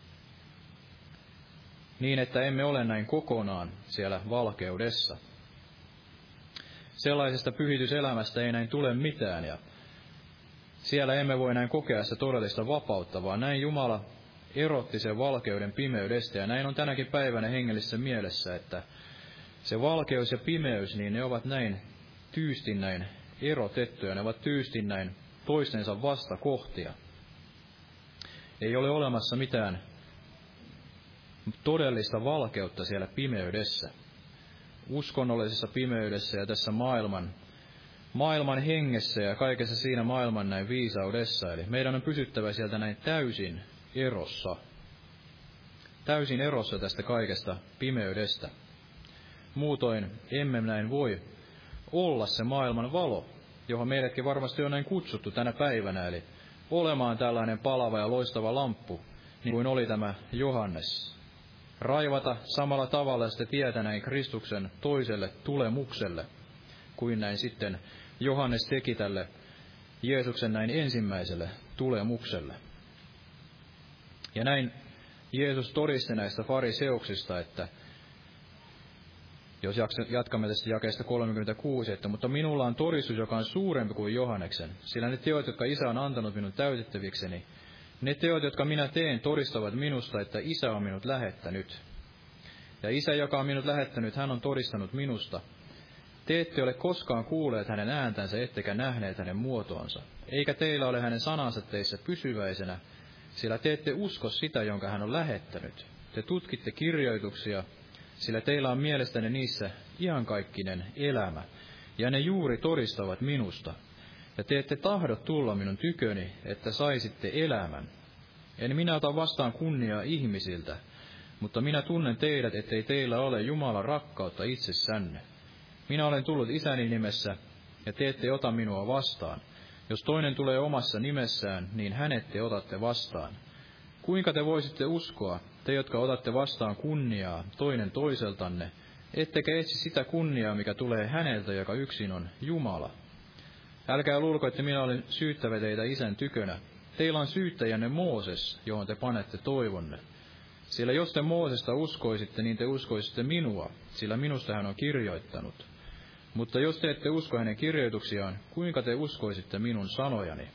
Niin, että emme ole näin kokonaan siellä valkeudessa. Sellaisesta pyhityselämästä ei näin tule mitään ja siellä emme voi näin kokea sitä todellista vapautta, vaan näin Jumala erotti sen valkeuden pimeydestä. Ja näin on tänäkin päivänä hengellisessä mielessä, että se valkeus ja pimeys, niin ne ovat näin tyystin näin erotettuja, ne ovat tyystin näin toistensa vastakohtia. Ei ole olemassa mitään todellista valkeutta siellä pimeydessä. Uskonnollisessa pimeydessä ja tässä maailman hengessä ja kaikessa siinä maailman näin viisaudessa. Eli meidän on pysyttävä sieltä näin täysin erossa tästä kaikesta pimeydestä. Muutoin emme näin voi olla se maailman valo, johon meidätkin varmasti on näin kutsuttu tänä päivänä, eli olemaan tällainen palava ja loistava lamppu, niin kuin oli tämä Johannes. Raivata samalla tavalla sitä tietä näin Kristuksen toiselle tulemukselle, kuin näin sitten Johannes teki tälle Jeesuksen näin ensimmäiselle tulemukselle. Ja näin Jeesus todisti näistä fariseuksista, että jos jatkamme tästä jakeesta 36, että mutta minulla on todistus, joka on suurempi kuin Johanneksen, sillä ne teot, jotka Isä on antanut minun täytettävikseni, ne teot, jotka minä teen, todistavat minusta, että Isä on minut lähettänyt. Ja Isä, joka on minut lähettänyt, hän on todistanut minusta. Te ette ole koskaan kuulleet hänen ääntänsä, ettekä nähneet hänen muotoansa, eikä teillä ole hänen sanansa teissä pysyväisenä, sillä te ette usko sitä, jonka hän on lähettänyt. Te tutkitte kirjoituksia, sillä teillä on mielestäni niissä iankaikkinen elämä, ja ne juuri todistavat minusta. Ja te ette tahdo tulla minun tyköni, että saisitte elämän. En minä ota vastaan kunniaa ihmisiltä, mutta minä tunnen teidät, ettei teillä ole Jumalan rakkautta itsessänne. Minä olen tullut Isäni nimessä, ja te ette ota minua vastaan. Jos toinen tulee omassa nimessään, niin hänet te otatte vastaan. Kuinka te voisitte uskoa, te jotka otatte vastaan kunniaa toinen toiseltanne, ettekä etsi sitä kunniaa, mikä tulee häneltä, joka yksin on Jumala? Älkää luulko, että minä olen syyttävä teitä Isän tykönä. Teillä on syyttäjänne Mooses, johon te panette toivonne. Sillä jos te Moosesta uskoisitte, niin te uskoisitte minua, sillä minusta hän on kirjoittanut. Mutta jos te ette usko hänen kirjoituksiaan, kuinka te uskoisitte minun sanojani?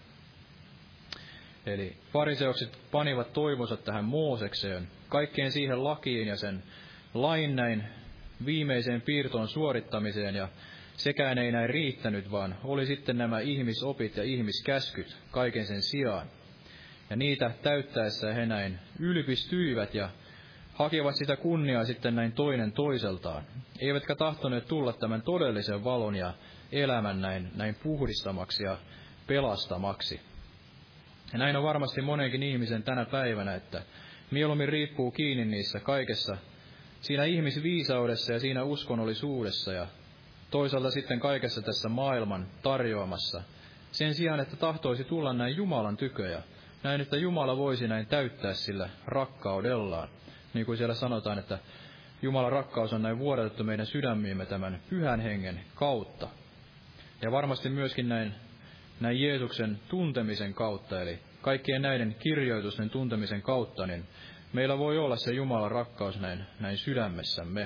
Eli fariseukset panivat toivonsa tähän Moosekseen, kaikkeen siihen lakiin ja sen lain näin viimeiseen piirtoon suorittamiseen, ja sekään ei näin riittänyt, vaan oli sitten nämä ihmisopit ja ihmiskäskyt kaiken sen sijaan. Ja niitä täyttäessä he näin ylpistyivät ja hakivat sitä kunniaa sitten näin toinen toiseltaan, eivätkä tahtoneet tulla tämän todellisen valon ja elämän näin puhdistamaksi ja pelastamaksi. Ja näin on varmasti monenkin ihmisen tänä päivänä, että mieluummin riippuu kiinni niissä kaikessa, siinä ihmisviisaudessa ja siinä uskonnollisuudessa ja toisaalta sitten kaikessa tässä maailman tarjoamassa, sen sijaan, että tahtoisi tulla näin Jumalan tyköjä, näin, että Jumala voisi näin täyttää sillä rakkaudellaan. Niin kuin siellä sanotaan, että Jumalan rakkaus on näin vuodatettu meidän sydämiimme tämän Pyhän Hengen kautta. Ja varmasti myöskin näin Jeesuksen tuntemisen kautta, eli kaikkien näiden kirjoitusten tuntemisen kautta, niin meillä voi olla se Jumalan rakkaus näin sydämessämme.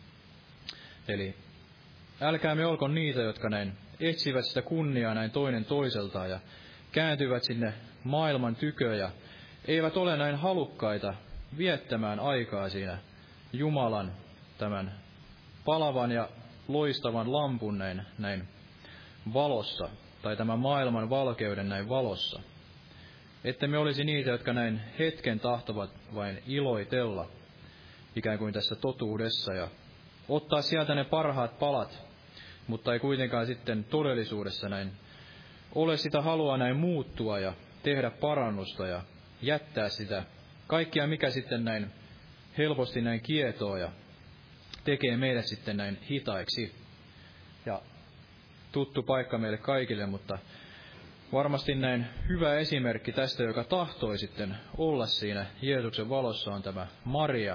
Eli älkäämme olko niitä, jotka näin etsivät sitä kunniaa näin toinen toiseltaan ja kääntyvät sinne maailman tykö ja eivät ole näin halukkaita viettämään aikaa siinä Jumalan tämän palavan ja loistavan lampun näin valossa, tai tämän maailman valkeuden näin valossa. Että me olisi niitä, jotka näin hetken tahtovat vain iloitella, ikään kuin tässä totuudessa, ja ottaa sieltä ne parhaat palat mutta ei kuitenkaan sitten todellisuudessa näin ole sitä halua näin muuttua ja tehdä parannusta ja jättää sitä kaikkia, mikä sitten näin helposti näin kietoo ja tekee meidät sitten näin hitaiksi. Ja tuttu paikka meille kaikille, mutta varmasti näin hyvä esimerkki tästä, joka tahtoi sitten olla siinä Jeesuksen valossa, on tämä Maria,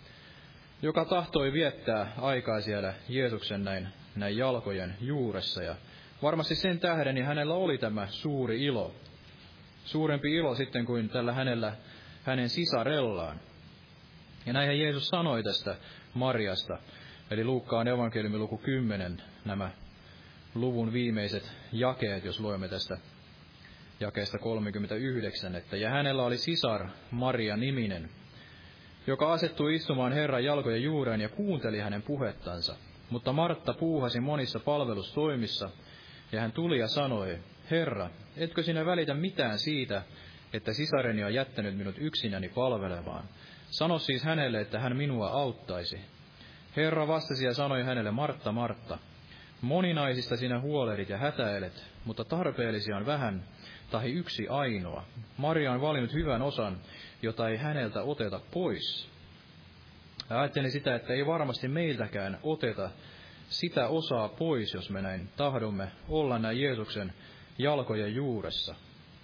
joka tahtoi viettää aikaa siellä Jeesuksen näin jalkojen juuressa. Ja varmasti sen tähden niin hänellä oli tämä suuri ilo, suurempi ilo sitten kuin tällä hänen sisarellaan. Ja näinhän Jeesus sanoi tästä Mariasta, eli Luukkaan evankeliumin luku 10, nämä luvun viimeiset jakeet, jos luemme tästä jakeesta 39, että ja hänellä oli sisar Maria niminen, joka asettui istumaan Herran jalkojen juureen ja kuunteli hänen puhettansa. Mutta Martta puuhasi monissa palvelustoimissa, ja hän tuli ja sanoi, Herra, etkö sinä välitä mitään siitä, että sisareni on jättänyt minut yksinäni palvelemaan? Sano siis hänelle, että hän minua auttaisi. Herra vastasi ja sanoi hänelle, Martta, Martta, moninaisista sinä huolehdit ja hätäilet, mutta tarpeellisia on vähän, tai yksi ainoa. Maria on valinnut hyvän osan, jota ei häneltä oteta pois. Ajattelin sitä, että ei varmasti meiltäkään oteta sitä osaa pois, jos me näin tahdomme olla näin Jeesuksen jalkojen juuressa.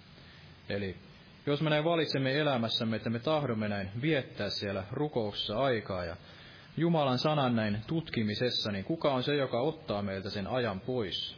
Eli jos me näin valitsemme elämässämme, että me tahdomme näin viettää siellä rukouksessa aikaa ja Jumalan sanan näin tutkimisessa, niin kuka on se, joka ottaa meiltä sen ajan pois?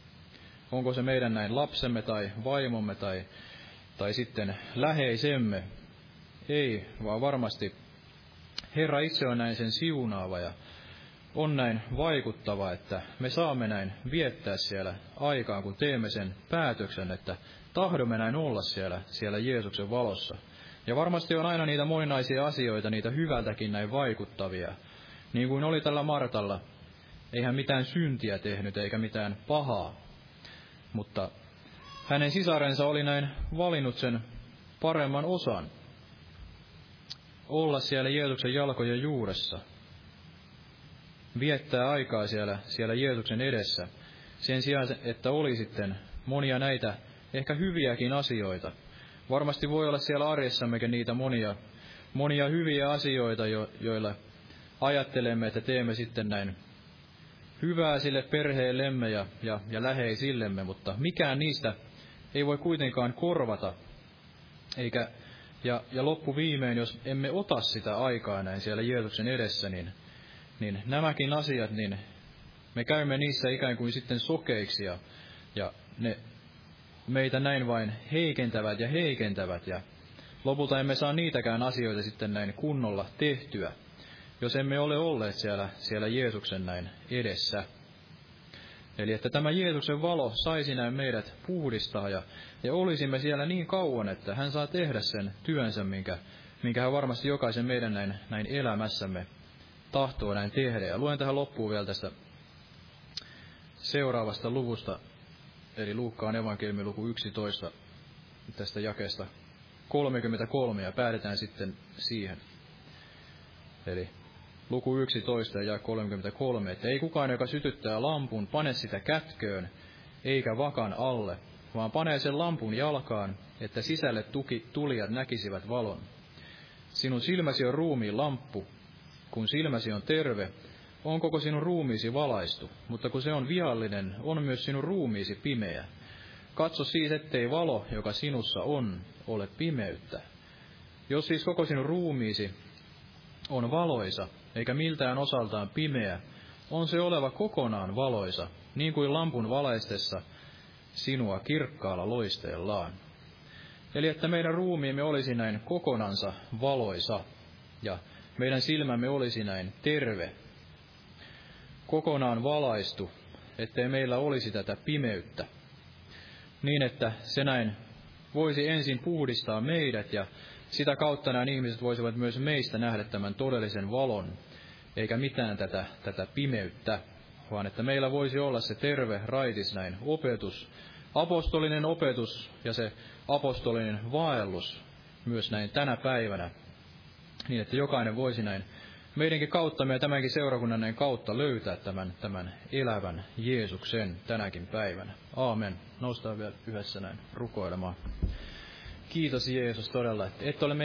Onko se meidän näin lapsemme tai vaimomme tai sitten läheisemme? Ei, vaan varmasti Herra itse on näin sen siunaava ja on näin vaikuttava, että me saamme näin viettää siellä aikaan, kun teemme sen päätöksen, että tahdomme näin olla siellä Jeesuksen valossa. Ja varmasti on aina niitä moninaisia asioita, niitä hyvältäkin näin vaikuttavia. Niin kuin oli tällä Martalla, ei hän mitään syntiä tehnyt eikä mitään pahaa. Mutta hänen sisarensa oli näin valinnut sen paremman osan. Olla siellä Jeesuksen jalkojen juuressa. Viettää aikaa siellä Jeesuksen edessä. Sen sijaan, että oli sitten monia näitä ehkä hyviäkin asioita. Varmasti voi olla siellä arjessammekin niitä monia hyviä asioita, joilla ajattelemme, että teemme sitten näin hyvää sille perheellemme ja läheisillemme, mutta mikään niistä ei voi kuitenkaan korvata. Ja loppuviimein, jos emme ota sitä aikaa näin siellä Jeesuksen edessä, niin nämäkin asiat, niin me käymme niissä ikään kuin sitten sokeiksi ja ne meitä näin vain heikentävät ja lopulta emme saa niitäkään asioita sitten näin kunnolla tehtyä, jos emme ole olleet siellä Jeesuksen näin edessä. Eli että tämä Jeesuksen valo saisi näin meidät puhdistaa ja olisimme siellä niin kauan, että hän saa tehdä sen työnsä, minkä hän varmasti jokaisen meidän näin elämässämme tahtoo näin tehdä. Ja luen tähän loppuun vielä tästä seuraavasta luvusta, eli Luukkaan evankeliumin luku 11, tästä jakeesta 33, ja päädytään sitten siihen. Eli luku 11 ja 33, että ei kukaan, joka sytyttää lampun, pane sitä kätköön, eikä vakan alle, vaan panee sen lampun jalkaan, että sisälle tulijat näkisivät valon. Sinun silmäsi on ruumiin lamppu. Kun silmäsi on terve, on koko sinun ruumiisi valaistu, mutta kun se on viallinen, on myös sinun ruumiisi pimeä. Katso siis, ettei valo, joka sinussa on, ole pimeyttä. Jos siis koko sinun ruumiisi on valoisa, eikä miltään osaltaan pimeä, on se oleva kokonaan valoisa, niin kuin lampun valaistessa sinua kirkkaalla loisteellaan. Eli että meidän ruumiimme olisi näin kokonansa valoisa, ja meidän silmämme olisi näin terve, kokonaan valaistu, ettei meillä olisi tätä pimeyttä, niin että se näin voisi ensin puhdistaa meidät, ja sitä kautta nämä ihmiset voisivat myös meistä nähdä tämän todellisen valon, eikä mitään tätä pimeyttä, vaan että meillä voisi olla se terve, raitis näin opetus, apostolinen opetus ja se apostolinen vaellus myös näin tänä päivänä, niin että jokainen voisi näin meidänkin kauttamme ja tämänkin seurakunnan näin kautta löytää tämän elävän Jeesuksen tänäkin päivänä. Aamen. Noustaan vielä yhdessä näin rukoilemaan. Kiitos Jeesus todella, että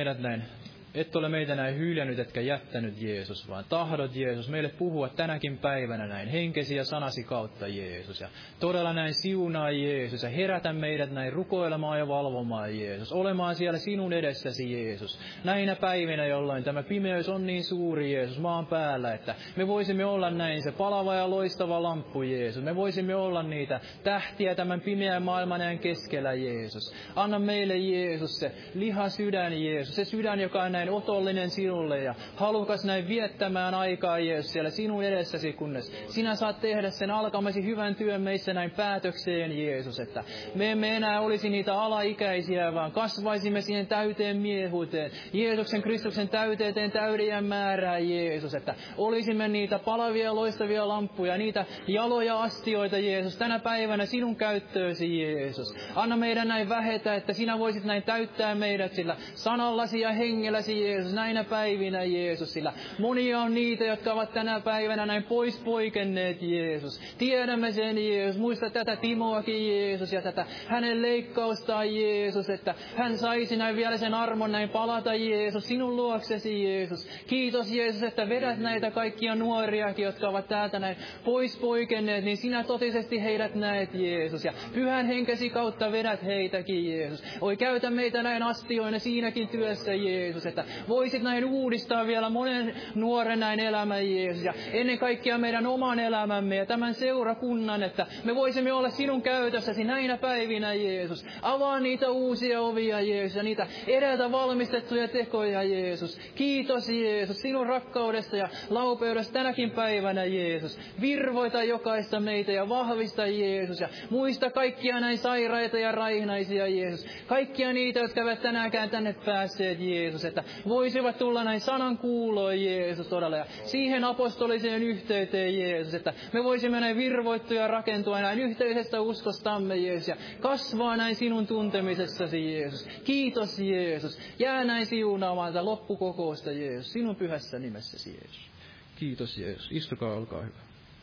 et ole meitä näin hyljännyt, etkä jättänyt Jeesus, vaan tahdot Jeesus meille puhua tänäkin päivänä näin henkesi ja sanasi kautta Jeesus. Ja todella näin siunaa Jeesus ja herätä meidät näin rukoilemaan ja valvomaan Jeesus. Olemaan siellä sinun edessäsi Jeesus. Näinä päivinä, jolloin tämä pimeys on niin suuri Jeesus maan päällä, että me voisimme olla näin se palava ja loistava lamppu Jeesus. Me voisimme olla niitä tähtiä tämän pimeän maailman ajan keskellä Jeesus. Anna meille Jeesus se lihasydän Jeesus, se sydän, joka on näin otollinen sinulle ja halukas näin viettämään aikaa Jeesus siellä sinun edessäsi, kunnes sinä saat tehdä sen alkamasi hyvän työn meissä näin päätökseen Jeesus, että me emme enää olisi niitä alaikäisiä, vaan kasvaisimme siihen täyteen miehuuteen, Jeesuksen Kristuksen täyteyteen täydien määrään Jeesus, että olisimme niitä palavia loistavia lamppuja, niitä jaloja astioita Jeesus, tänä päivänä sinun käyttöösi Jeesus. Anna meidän näin vähetä, että sinä voisit näin täyttää meidät sillä sanallasi ja hengelläsi Jeesus, näinä päivinä Jeesus, sillä monia on niitä, jotka ovat tänä päivänä näin pois poikenneet Jeesus. Tiedämme sen Jeesus, muista tätä Timoakin Jeesus ja tätä hänen leikkaustaan Jeesus, että hän saisi näin vielä sen armon näin palata Jeesus, sinun luoksesi Jeesus. Kiitos Jeesus, että vedät näitä kaikkia nuoriakin, jotka ovat täältä näin pois poikenneet, niin sinä totisesti heidät näet Jeesus ja pyhän henkesi kautta vedät heitäkin Jeesus. Oi käytä meitä näin astioina siinäkin työssä Jeesus, että voisit näin uudistaa vielä monen nuoren näin elämän Jeesus ja ennen kaikkea meidän oman elämämme ja tämän seurakunnan, että me voisimme olla sinun käytössäsi näinä päivinä Jeesus. Avaa niitä uusia ovia Jeesus ja niitä edeltä valmistettuja tekoja Jeesus. Kiitos Jeesus sinun rakkaudesta ja laupeudesta tänäkin päivänä Jeesus. Virvoita jokaista meitä ja vahvista Jeesus ja muista kaikkia näin sairaita ja raihnaisia Jeesus. Kaikkia niitä, jotka eivät tänäänkään tänne päässeet Jeesus, että voisivat tulla näin sanan kuuloon Jeesus todella ja siihen apostoliseen yhteyteen Jeesus, että me voisimme näin virvoittua ja rakentua näin yhteisestä uskostamme Jeesus ja kasvaa näin sinun tuntemisessasi Jeesus. Kiitos Jeesus. Jää näin siunaamaan tätä loppukokousta Jeesus, sinun pyhässä nimessäsi Jeesus. Kiitos Jeesus. Istukaa, olkaa hyvä.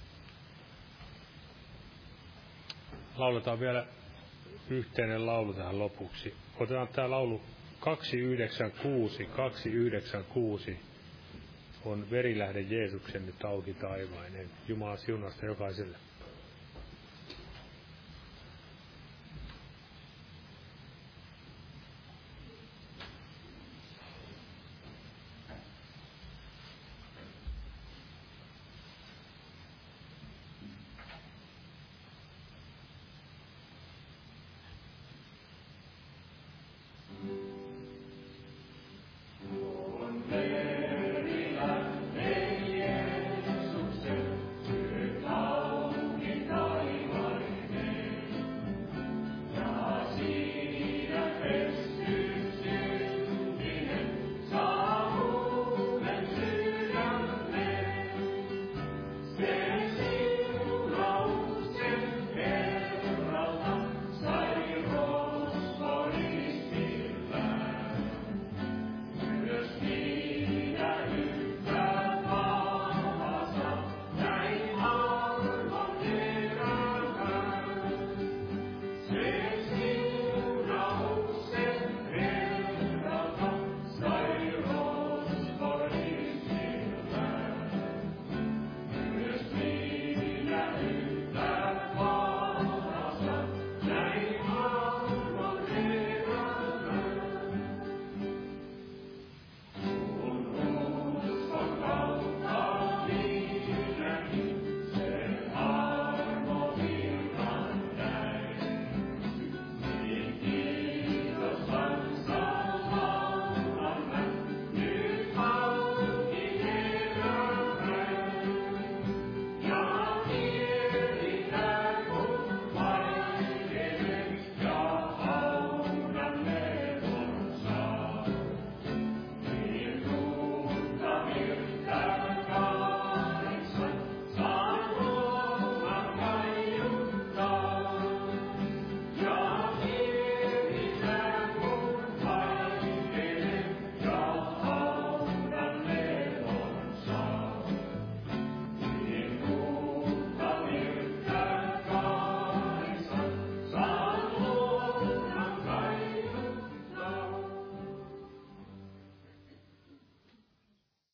Lauletaan vielä yhteinen laulu tähän lopuksi. Otetaan tämä laulu 296 on Verilähden Jeesuksen nyt auki taivainen. Jumala siunasta jokaiselle.